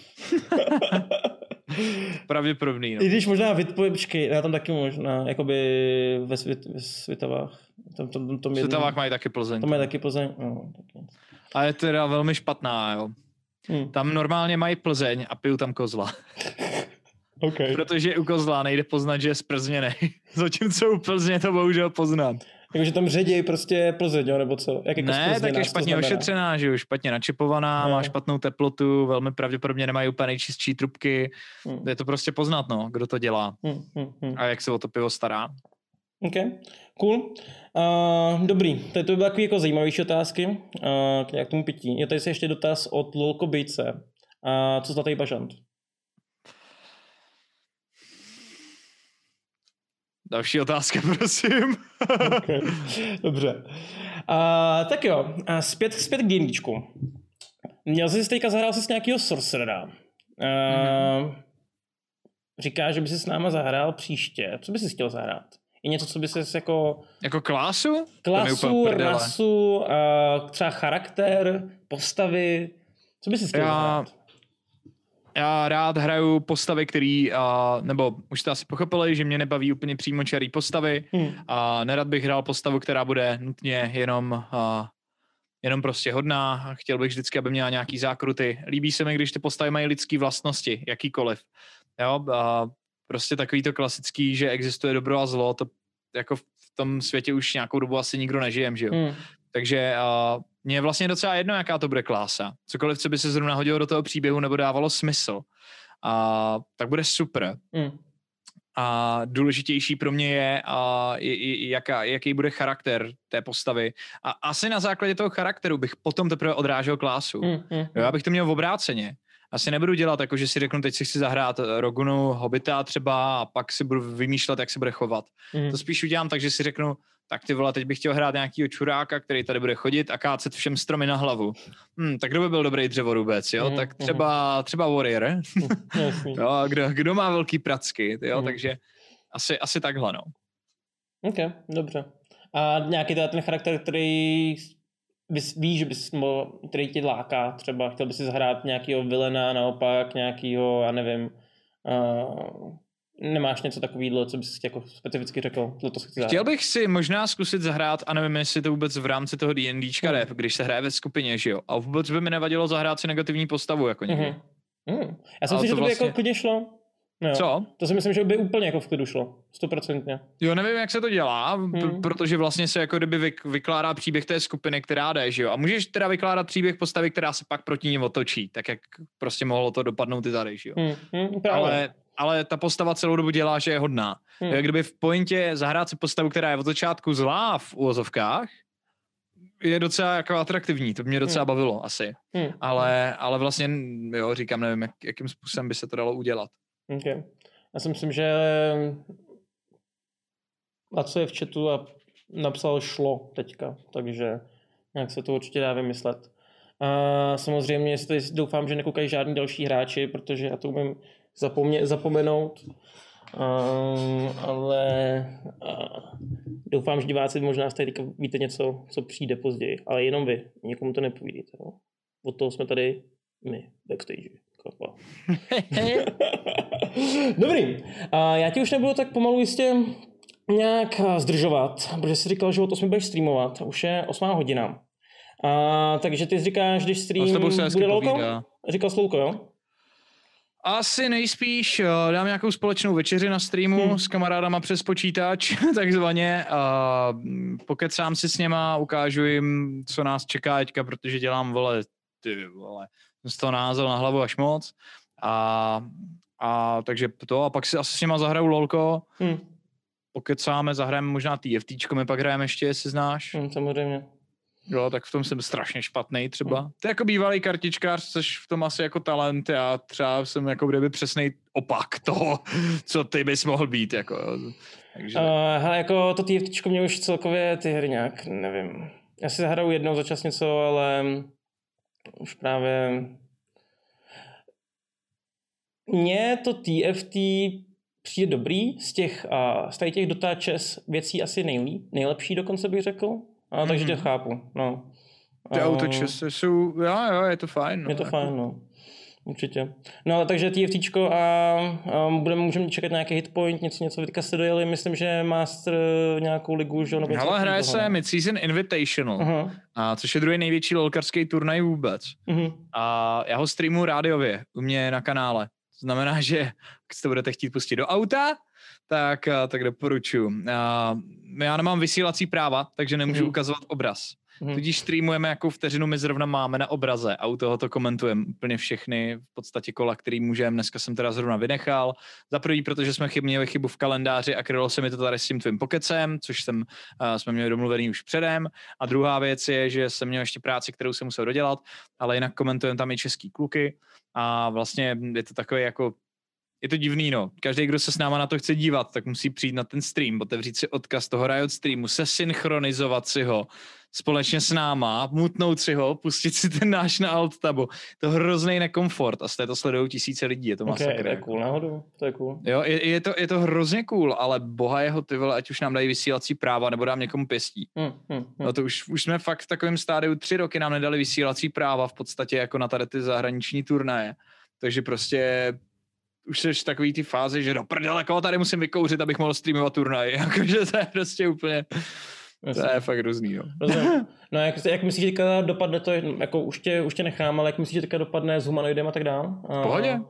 S3: Pravděpodobný, no.
S2: I když možná počkej, já tam taky možná, jakoby ve Svitavách.
S3: Svitavách mají taky Plzeň.
S2: Tam mají taky Plzeň, no. Taky.
S3: A je teda velmi špatná, jo. Tam normálně mají Plzeň a piju tam Kozla.
S2: Okay.
S3: Protože u Kozla nejde poznat, že je z Plzně, ne. Zatímco u Plzně to bohužel poznat.
S2: Takže tam ředějí prostě Plzeň, jo, nebo co? Jak jako
S3: ne, tak je špatně ošetřená, že jo, špatně načipovaná, má špatnou teplotu, velmi pravděpodobně nemají úplně nejčistší trubky. Je to prostě poznat, no, kdo to dělá. A jak se o to pivo stará.
S2: OK, cool. Dobrý, to by byly takové jako zajímavější otázky k tomu pití. Je tady se ještě dotaz od Lolko Bejce. Co zlatý bažant?
S3: Další otázka, prosím.
S2: Okay. Dobře. Tak jo, zpět k D&Dčku. Měl jsi teďka zahrál si s nějakého sorcerera. Říkáš, že by si s náma zahrál příště. Co by si chtěl zahrát? Je něco, co by si jako...
S3: Jako klásu?
S2: Klasu, rasu, třeba charakter, postavy. Co by si chtěl zahrát?
S3: Já rád hraju postavy, který, nebo už jste asi pochopili, že mě nebaví úplně přímočarý postavy. A nerad bych hrál postavu, která bude nutně jenom prostě hodná. Chtěl bych vždycky, aby měla nějaký zákruty. Líbí se mi, když ty postavy mají lidský vlastnosti, jakýkoliv. Jo, prostě takový to klasický, že existuje dobro a zlo, to jako v tom světě už nějakou dobu asi nikdo nežijem, že jo. Takže mně je vlastně docela jedno, jaká to bude klása. Cokoliv, co by se zrovna hodilo do toho příběhu nebo dávalo smysl, tak bude super. A důležitější pro mě je, jaký bude charakter té postavy. A asi na základě toho charakteru bych potom teprve odrážel klásu. Já bych to měl v obráceně. asi nebudu dělat, jako že si řeknu, teď si chci zahrát Rogunu Hobita třeba a pak si budu vymýšlet, jak se bude chovat. To spíš udělám tak, že si řeknu, tak ty vole, teď bych chtěl hrát nějakýho čuráka, který tady bude chodit a kácet všem stromy na hlavu. Tak kdo by byl dobrý dřevorubec, jo? Tak třeba Warrior. Jo, kdo má velký pracky, jo? Takže asi takhle, no.
S2: Ok, dobře. A nějaký ten charakter, který víš, který tě láká, třeba chtěl bys si zahrát nějakýho vilena, naopak nějakýho, já nevím, nemáš něco takového, co bys jako specificky řekl?
S3: Chtěl bych si možná zkusit zahrát, a nevím, jestli to vůbec v rámci toho D&Dčka jde, když se hraje ve skupině, že jo? A vůbec by mi nevadilo zahrát si negativní postavu, jako někdy.
S2: Já si myslím, že to by jako klidně šlo. No,
S3: co?
S2: To si myslím, že by úplně jako v klidu šlo. 100%.
S3: Jo, nevím, jak se to dělá, protože vlastně se jako kdyby vykládá příběh té skupiny, která jde, že jo? A můžeš teda vykládat příběh postavy, která se pak proti ní otočí, tak jak prostě mohlo to dopadnout i tady, že jo? Ale ta postava celou dobu dělá, že je hodná. Jak kdyby v pointě zahrát si postavu, která je od začátku zlá v uvozovkách, je docela jako atraktivní, to by mě docela bavilo asi. Ale vlastně, jo, říkám, nevím, jakým způsobem by se to dalo udělat.
S2: Okay. Já si myslím, že a co je v chatu a napsal šlo teďka, takže nějak se to určitě dá vymyslet. A samozřejmě doufám, že nekoukají žádný další hráči, protože já to umím zapomenout. Ale doufám, že diváci možná tady víte něco, co přijde později, ale jenom vy, nikomu to nepovídejte. No. Od toho jsme tady my, backstage. Dobrý, já ti už nebudu tak pomalu jistě nějak zdržovat, protože jsi říkal, že od 8 budeš streamovat, už je 8 hodina. Takže ty říkáš, když stream bude Louko? Říkal jsi Louko, jo?
S3: Asi nejspíš dám nějakou společnou večeři na streamu s kamarádama přes počítač, takzvaně. Pokecám si s něma, ukážu jim, co nás čeká teďka, protože dělám, ty vole, jsem z toho názel na hlavu až moc. A takže to, a pak si asi s něma zahraju LOLko. Pokecáme, zahrajeme možná TFTčko, my pak hrajeme ještě, jestli znáš.
S2: Samozřejmě.
S3: Jo, tak v tom jsem strašně špatný třeba. Ty jako bývalý kartičkář, což v tom asi jako talent, já třeba jsem jako kdyby přesnej opak toho, co ty bys mohl být, jako. Takže...
S2: hele, jako to TFTčko mě už celkově ty hry nějak, nevím. Já si zahraju jednou za čas něco, ale už právě... Mně to TFT přijde dobrý, z těch Dota Chess věcí asi nejlepší dokonce bych řekl. Takže tě chápu, no.
S3: Ty autočesy jsou, jo, je to fajn. No,
S2: je to jako... fajn, no. Určitě. No, takže TFTčko a můžeme čekat nějaký hitpoint, něco teďka jste dojeli, myslím, že Master nějakou ligu, že?
S3: Hele, hraje se Mid-Season Invitational, což je druhý největší lolkarský turnaj vůbec. A já ho streamuji rádiově u mě na kanále. To znamená, že když to budete chtít pustit do auta, tak doporučuji. Já nemám vysílací práva, takže nemůžu ukazovat obraz. Tudíž streamujeme, jakou vteřinu my zrovna máme na obraze a u toho to komentujeme úplně všechny v podstatě kola, který můžeme. Dneska jsem teda zrovna vynechal. Za prvý, protože jsme měli chybu v kalendáři a krylo se mi to tady s tím tvým pokecem, což jsme měli domluvený už předem. A druhá věc je, že jsem měl ještě práci, kterou jsem musel dodělat, ale jinak komentujeme tam i český kluky a vlastně je to takový jako je to divný, no. Každý, kdo se s náma na to chce dívat, tak musí přijít na ten stream, otevřít si odkaz toho Riot streamu, sesynchronizovat si ho společně s náma, mutnout si ho, pustit si ten náš na alt tabu. To je hrozný nekomfort a z této sledují tisíce lidí, je to masakr.
S2: To je cool, náhodou, to je cool.
S3: Jo, je to hrozně cool, ale boha jeho ty vole, ať už nám dají vysílací práva, nebo dám někomu pěstí. No to už jsme fakt v takovém stádiu 3 roky nám nedali vysílací práva v podstatě jako na tady ty zahraniční turnaje. Takže prostě už jsi v takový ty fázi, že do prdele, koho tady musím vykouřit, abych mohl streamovat turnaj. Jakože to je prostě úplně... To je fakt hrozný, jo.
S2: No jak myslíš, že teďka dopadne to, jako už tě nechám, ale jak myslíš, že teďka dopadne s humanoidem a tak dál?
S3: V pohodě.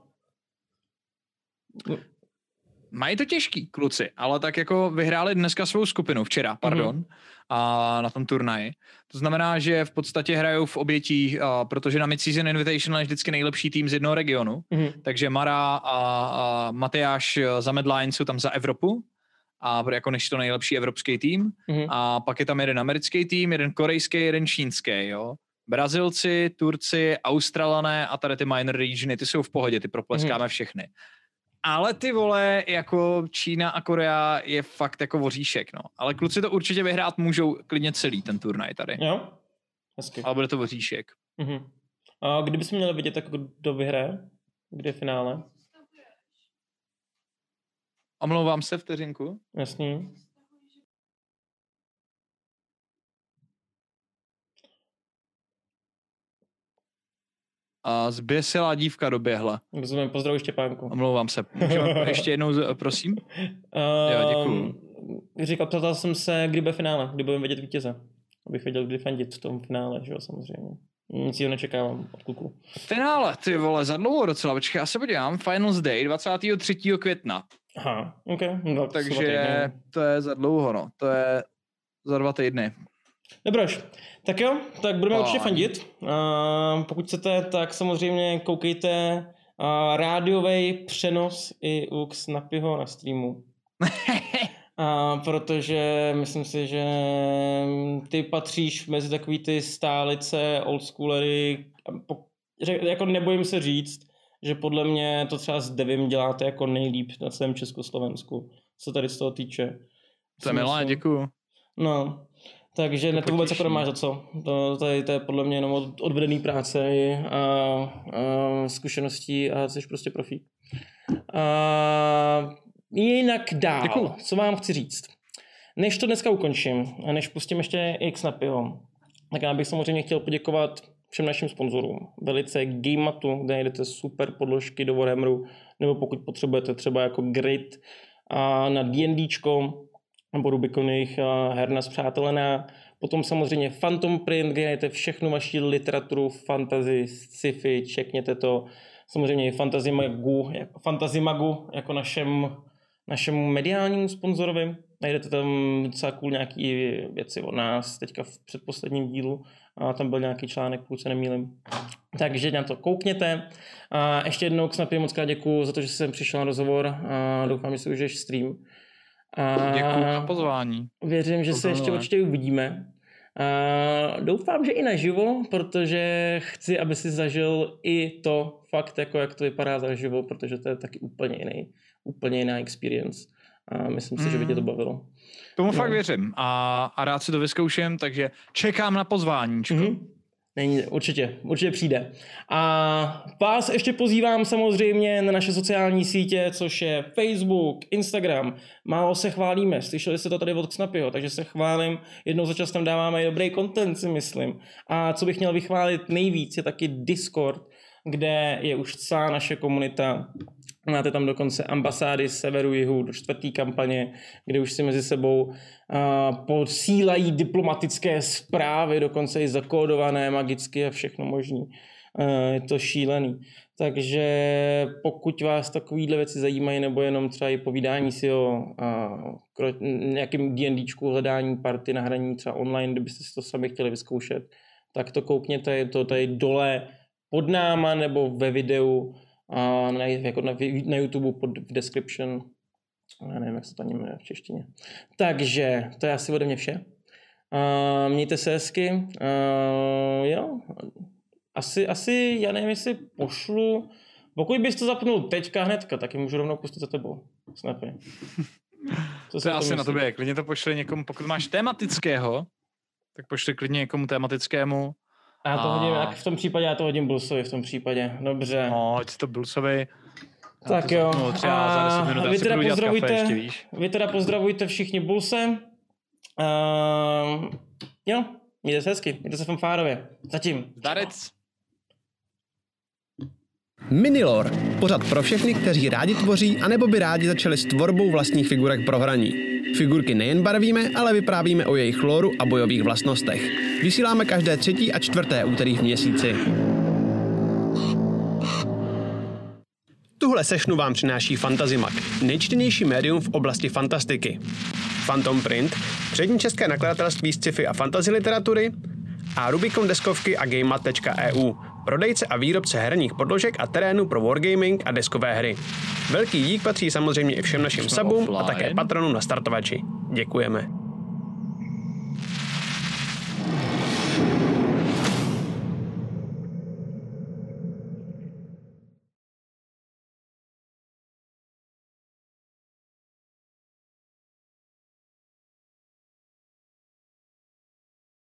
S3: Mají to těžký, kluci, ale tak jako vyhráli dneska svou skupinu, včera, a na tom turnaji. To znamená, že v podstatě hrajou v obětí, protože na Mid-Season Invitational je vždycky nejlepší tým z jednoho regionu, takže Mara a Matyáš za Medline jsou tam za Evropu, a jako než to nejlepší evropský tým, a pak je tam jeden americký tým, jeden korejský, jeden čínský, jo. Brazilci, Turci, Australané a tady ty minor regiony, ty jsou v pohodě, ty propleskáme všechny. Ale ty vole, jako Čína a Korea je fakt jako voříšek, no. Ale kluci to určitě vyhrát můžou klidně celý ten turnaj tady.
S2: Jo, hezky.
S3: Ale bude to voříšek.
S2: A kdybychom měli vidět, jako kdo vyhraje? Kde je finále?
S3: Omlouvám se, vteřinku.
S2: Jasný.
S3: A zběsilá dívka doběhla.
S2: Rozumím, pozdravuji Štěpánku.
S3: Omlouvám se. Můžeme ještě jednou, prosím? Jo, děkuju.
S2: Ptal jsem se, kdy bude finále, kdy budeme vidět vítěze. Abych věděl, kdy fandit v tom finále, že jo, samozřejmě. Nic jiného nečekávám od kluků.
S3: Finále, ty vole, za dlouho docela. Počkej, já se podívám. Finals Day 23. května.
S2: Aha, ok. No,
S3: takže to je za dlouho, no. To je za 2 týdny.
S2: Dobroš. Tak jo, tak budeme určitě fandit. Pokud chcete, tak samozřejmě koukejte rádiový přenos i u Snapyho na streamu. Protože myslím si, že ty patříš mezi takový ty stálice, oldschoolery. Jako nebojím se říct, že podle mě to třeba s Devim děláte jako nejlíp na celém Československu, co tady z toho týče.
S3: To je milé, děkuju.
S2: No, takže na to vůbec jako nemáš za co. To je podle mě jenom odvedený práce a zkušeností a jsi prostě profík. Jinak dál, děkuju. Co vám chci říct. Než to dneska ukončím a než pustím ještě X-Snapyho, tak já bych samozřejmě chtěl poděkovat všem našim sponzorům. Velice Gamematu, kde najdete super podložky do Warhammeru, nebo pokud potřebujete třeba jako grid na D&Dčko, nebo Rubikon jejich her na spřátelená. Potom samozřejmě Phantom Print, kde najdete všechnu vaši literaturu, fantasy, sci-fi, čekněte to. Samozřejmě i Fantasy Magu jako našemu mediálnímu sponzorovi. Najdete tam docela cool nějaký věci od nás teďka v předposledním dílu. A tam byl nějaký článek, pokud se nemýlím. Takže na to koukněte. A ještě jednou k Snapy moc krát děkuju za to, že jsem přišel na rozhovor a doufám, že si užiješ stream.
S3: Děkuju za pozvání.
S2: Věřím, že se ještě určitě uvidíme. Doufám, že i naživo, protože chci, aby si zažil i to fakt, jako jak to vypadá zaživo, protože to je taky úplně jiná experience. A myslím si, že by tě to bavilo.
S3: Tomu fakt věřím a rád si to vyzkouším, takže čekám na pozváníčko.
S2: Určitě přijde. A vás ještě pozývám samozřejmě na naše sociální sítě, což je Facebook, Instagram. Málo se chválíme, slyšeli jste to tady od Snapyho, takže se chválím. Jednou za čas tam dáváme i dobrý content, si myslím. A co bych měl vychválit nejvíc, je taky Discord, kde je už celá naše komunita. Máte tam dokonce ambasády z severu, jihu do 4. kampaně, kde už si mezi sebou posílají diplomatické zprávy, dokonce i zakódované magicky a všechno možný. Je to šílený. Takže pokud vás takovýhle věci zajímají, nebo jenom třeba i povídání si o nějakým D&Dčku, hledání party na hraní třeba online, kdybyste si to sami chtěli vyzkoušet, tak to koukněte, je to tady dole pod náma nebo ve videu, jako na YouTube v description. Já nevím, jak se to ani jmenuje v češtině. Takže to je asi ode mě vše. Mějte se hezky. Jo. Asi, já nevím, jestli pošlu. Pokud bys to zapnul teďka hnedka, tak ji můžu rovnou pustit za tebou. Snapy.
S3: To je asi na tobě. Klidně to pošli někomu, pokud máš tematického, tak pošli klidně někomu tematickému.
S2: A já to hodím, jak v tom případě, já to hodím Bulsovi v tom případě. Dobře.
S3: No, hoď to Bulsovi.
S2: Tak jo.
S3: A
S2: vy teda pozdravujte všichni Bulse. Jo, mějte se hezky, mějte se fanfárově. Zatím.
S3: Zdarec.
S1: Minilore. Pořad pro všechny, kteří rádi tvoří, anebo by rádi začali s tvorbou vlastních figurek pro hraní. Figurky nejen barvíme, ale vyprávíme o jejich lóru a bojových vlastnostech. Vysíláme každé 3. a 4. úterý v měsíci. Tuhle sešnu vám přináší Fantazimak, nejčtenější médium v oblasti fantastiky. Phantom Print, přední české nakladatelství sci-fi a fantasy literatury a Rubikon deskovky a Gamemat.eu, prodejce a výrobce herních podložek a terénu pro wargaming a deskové hry. Velký dík patří samozřejmě i všem našim subům a také patronům na startovači. Děkujeme.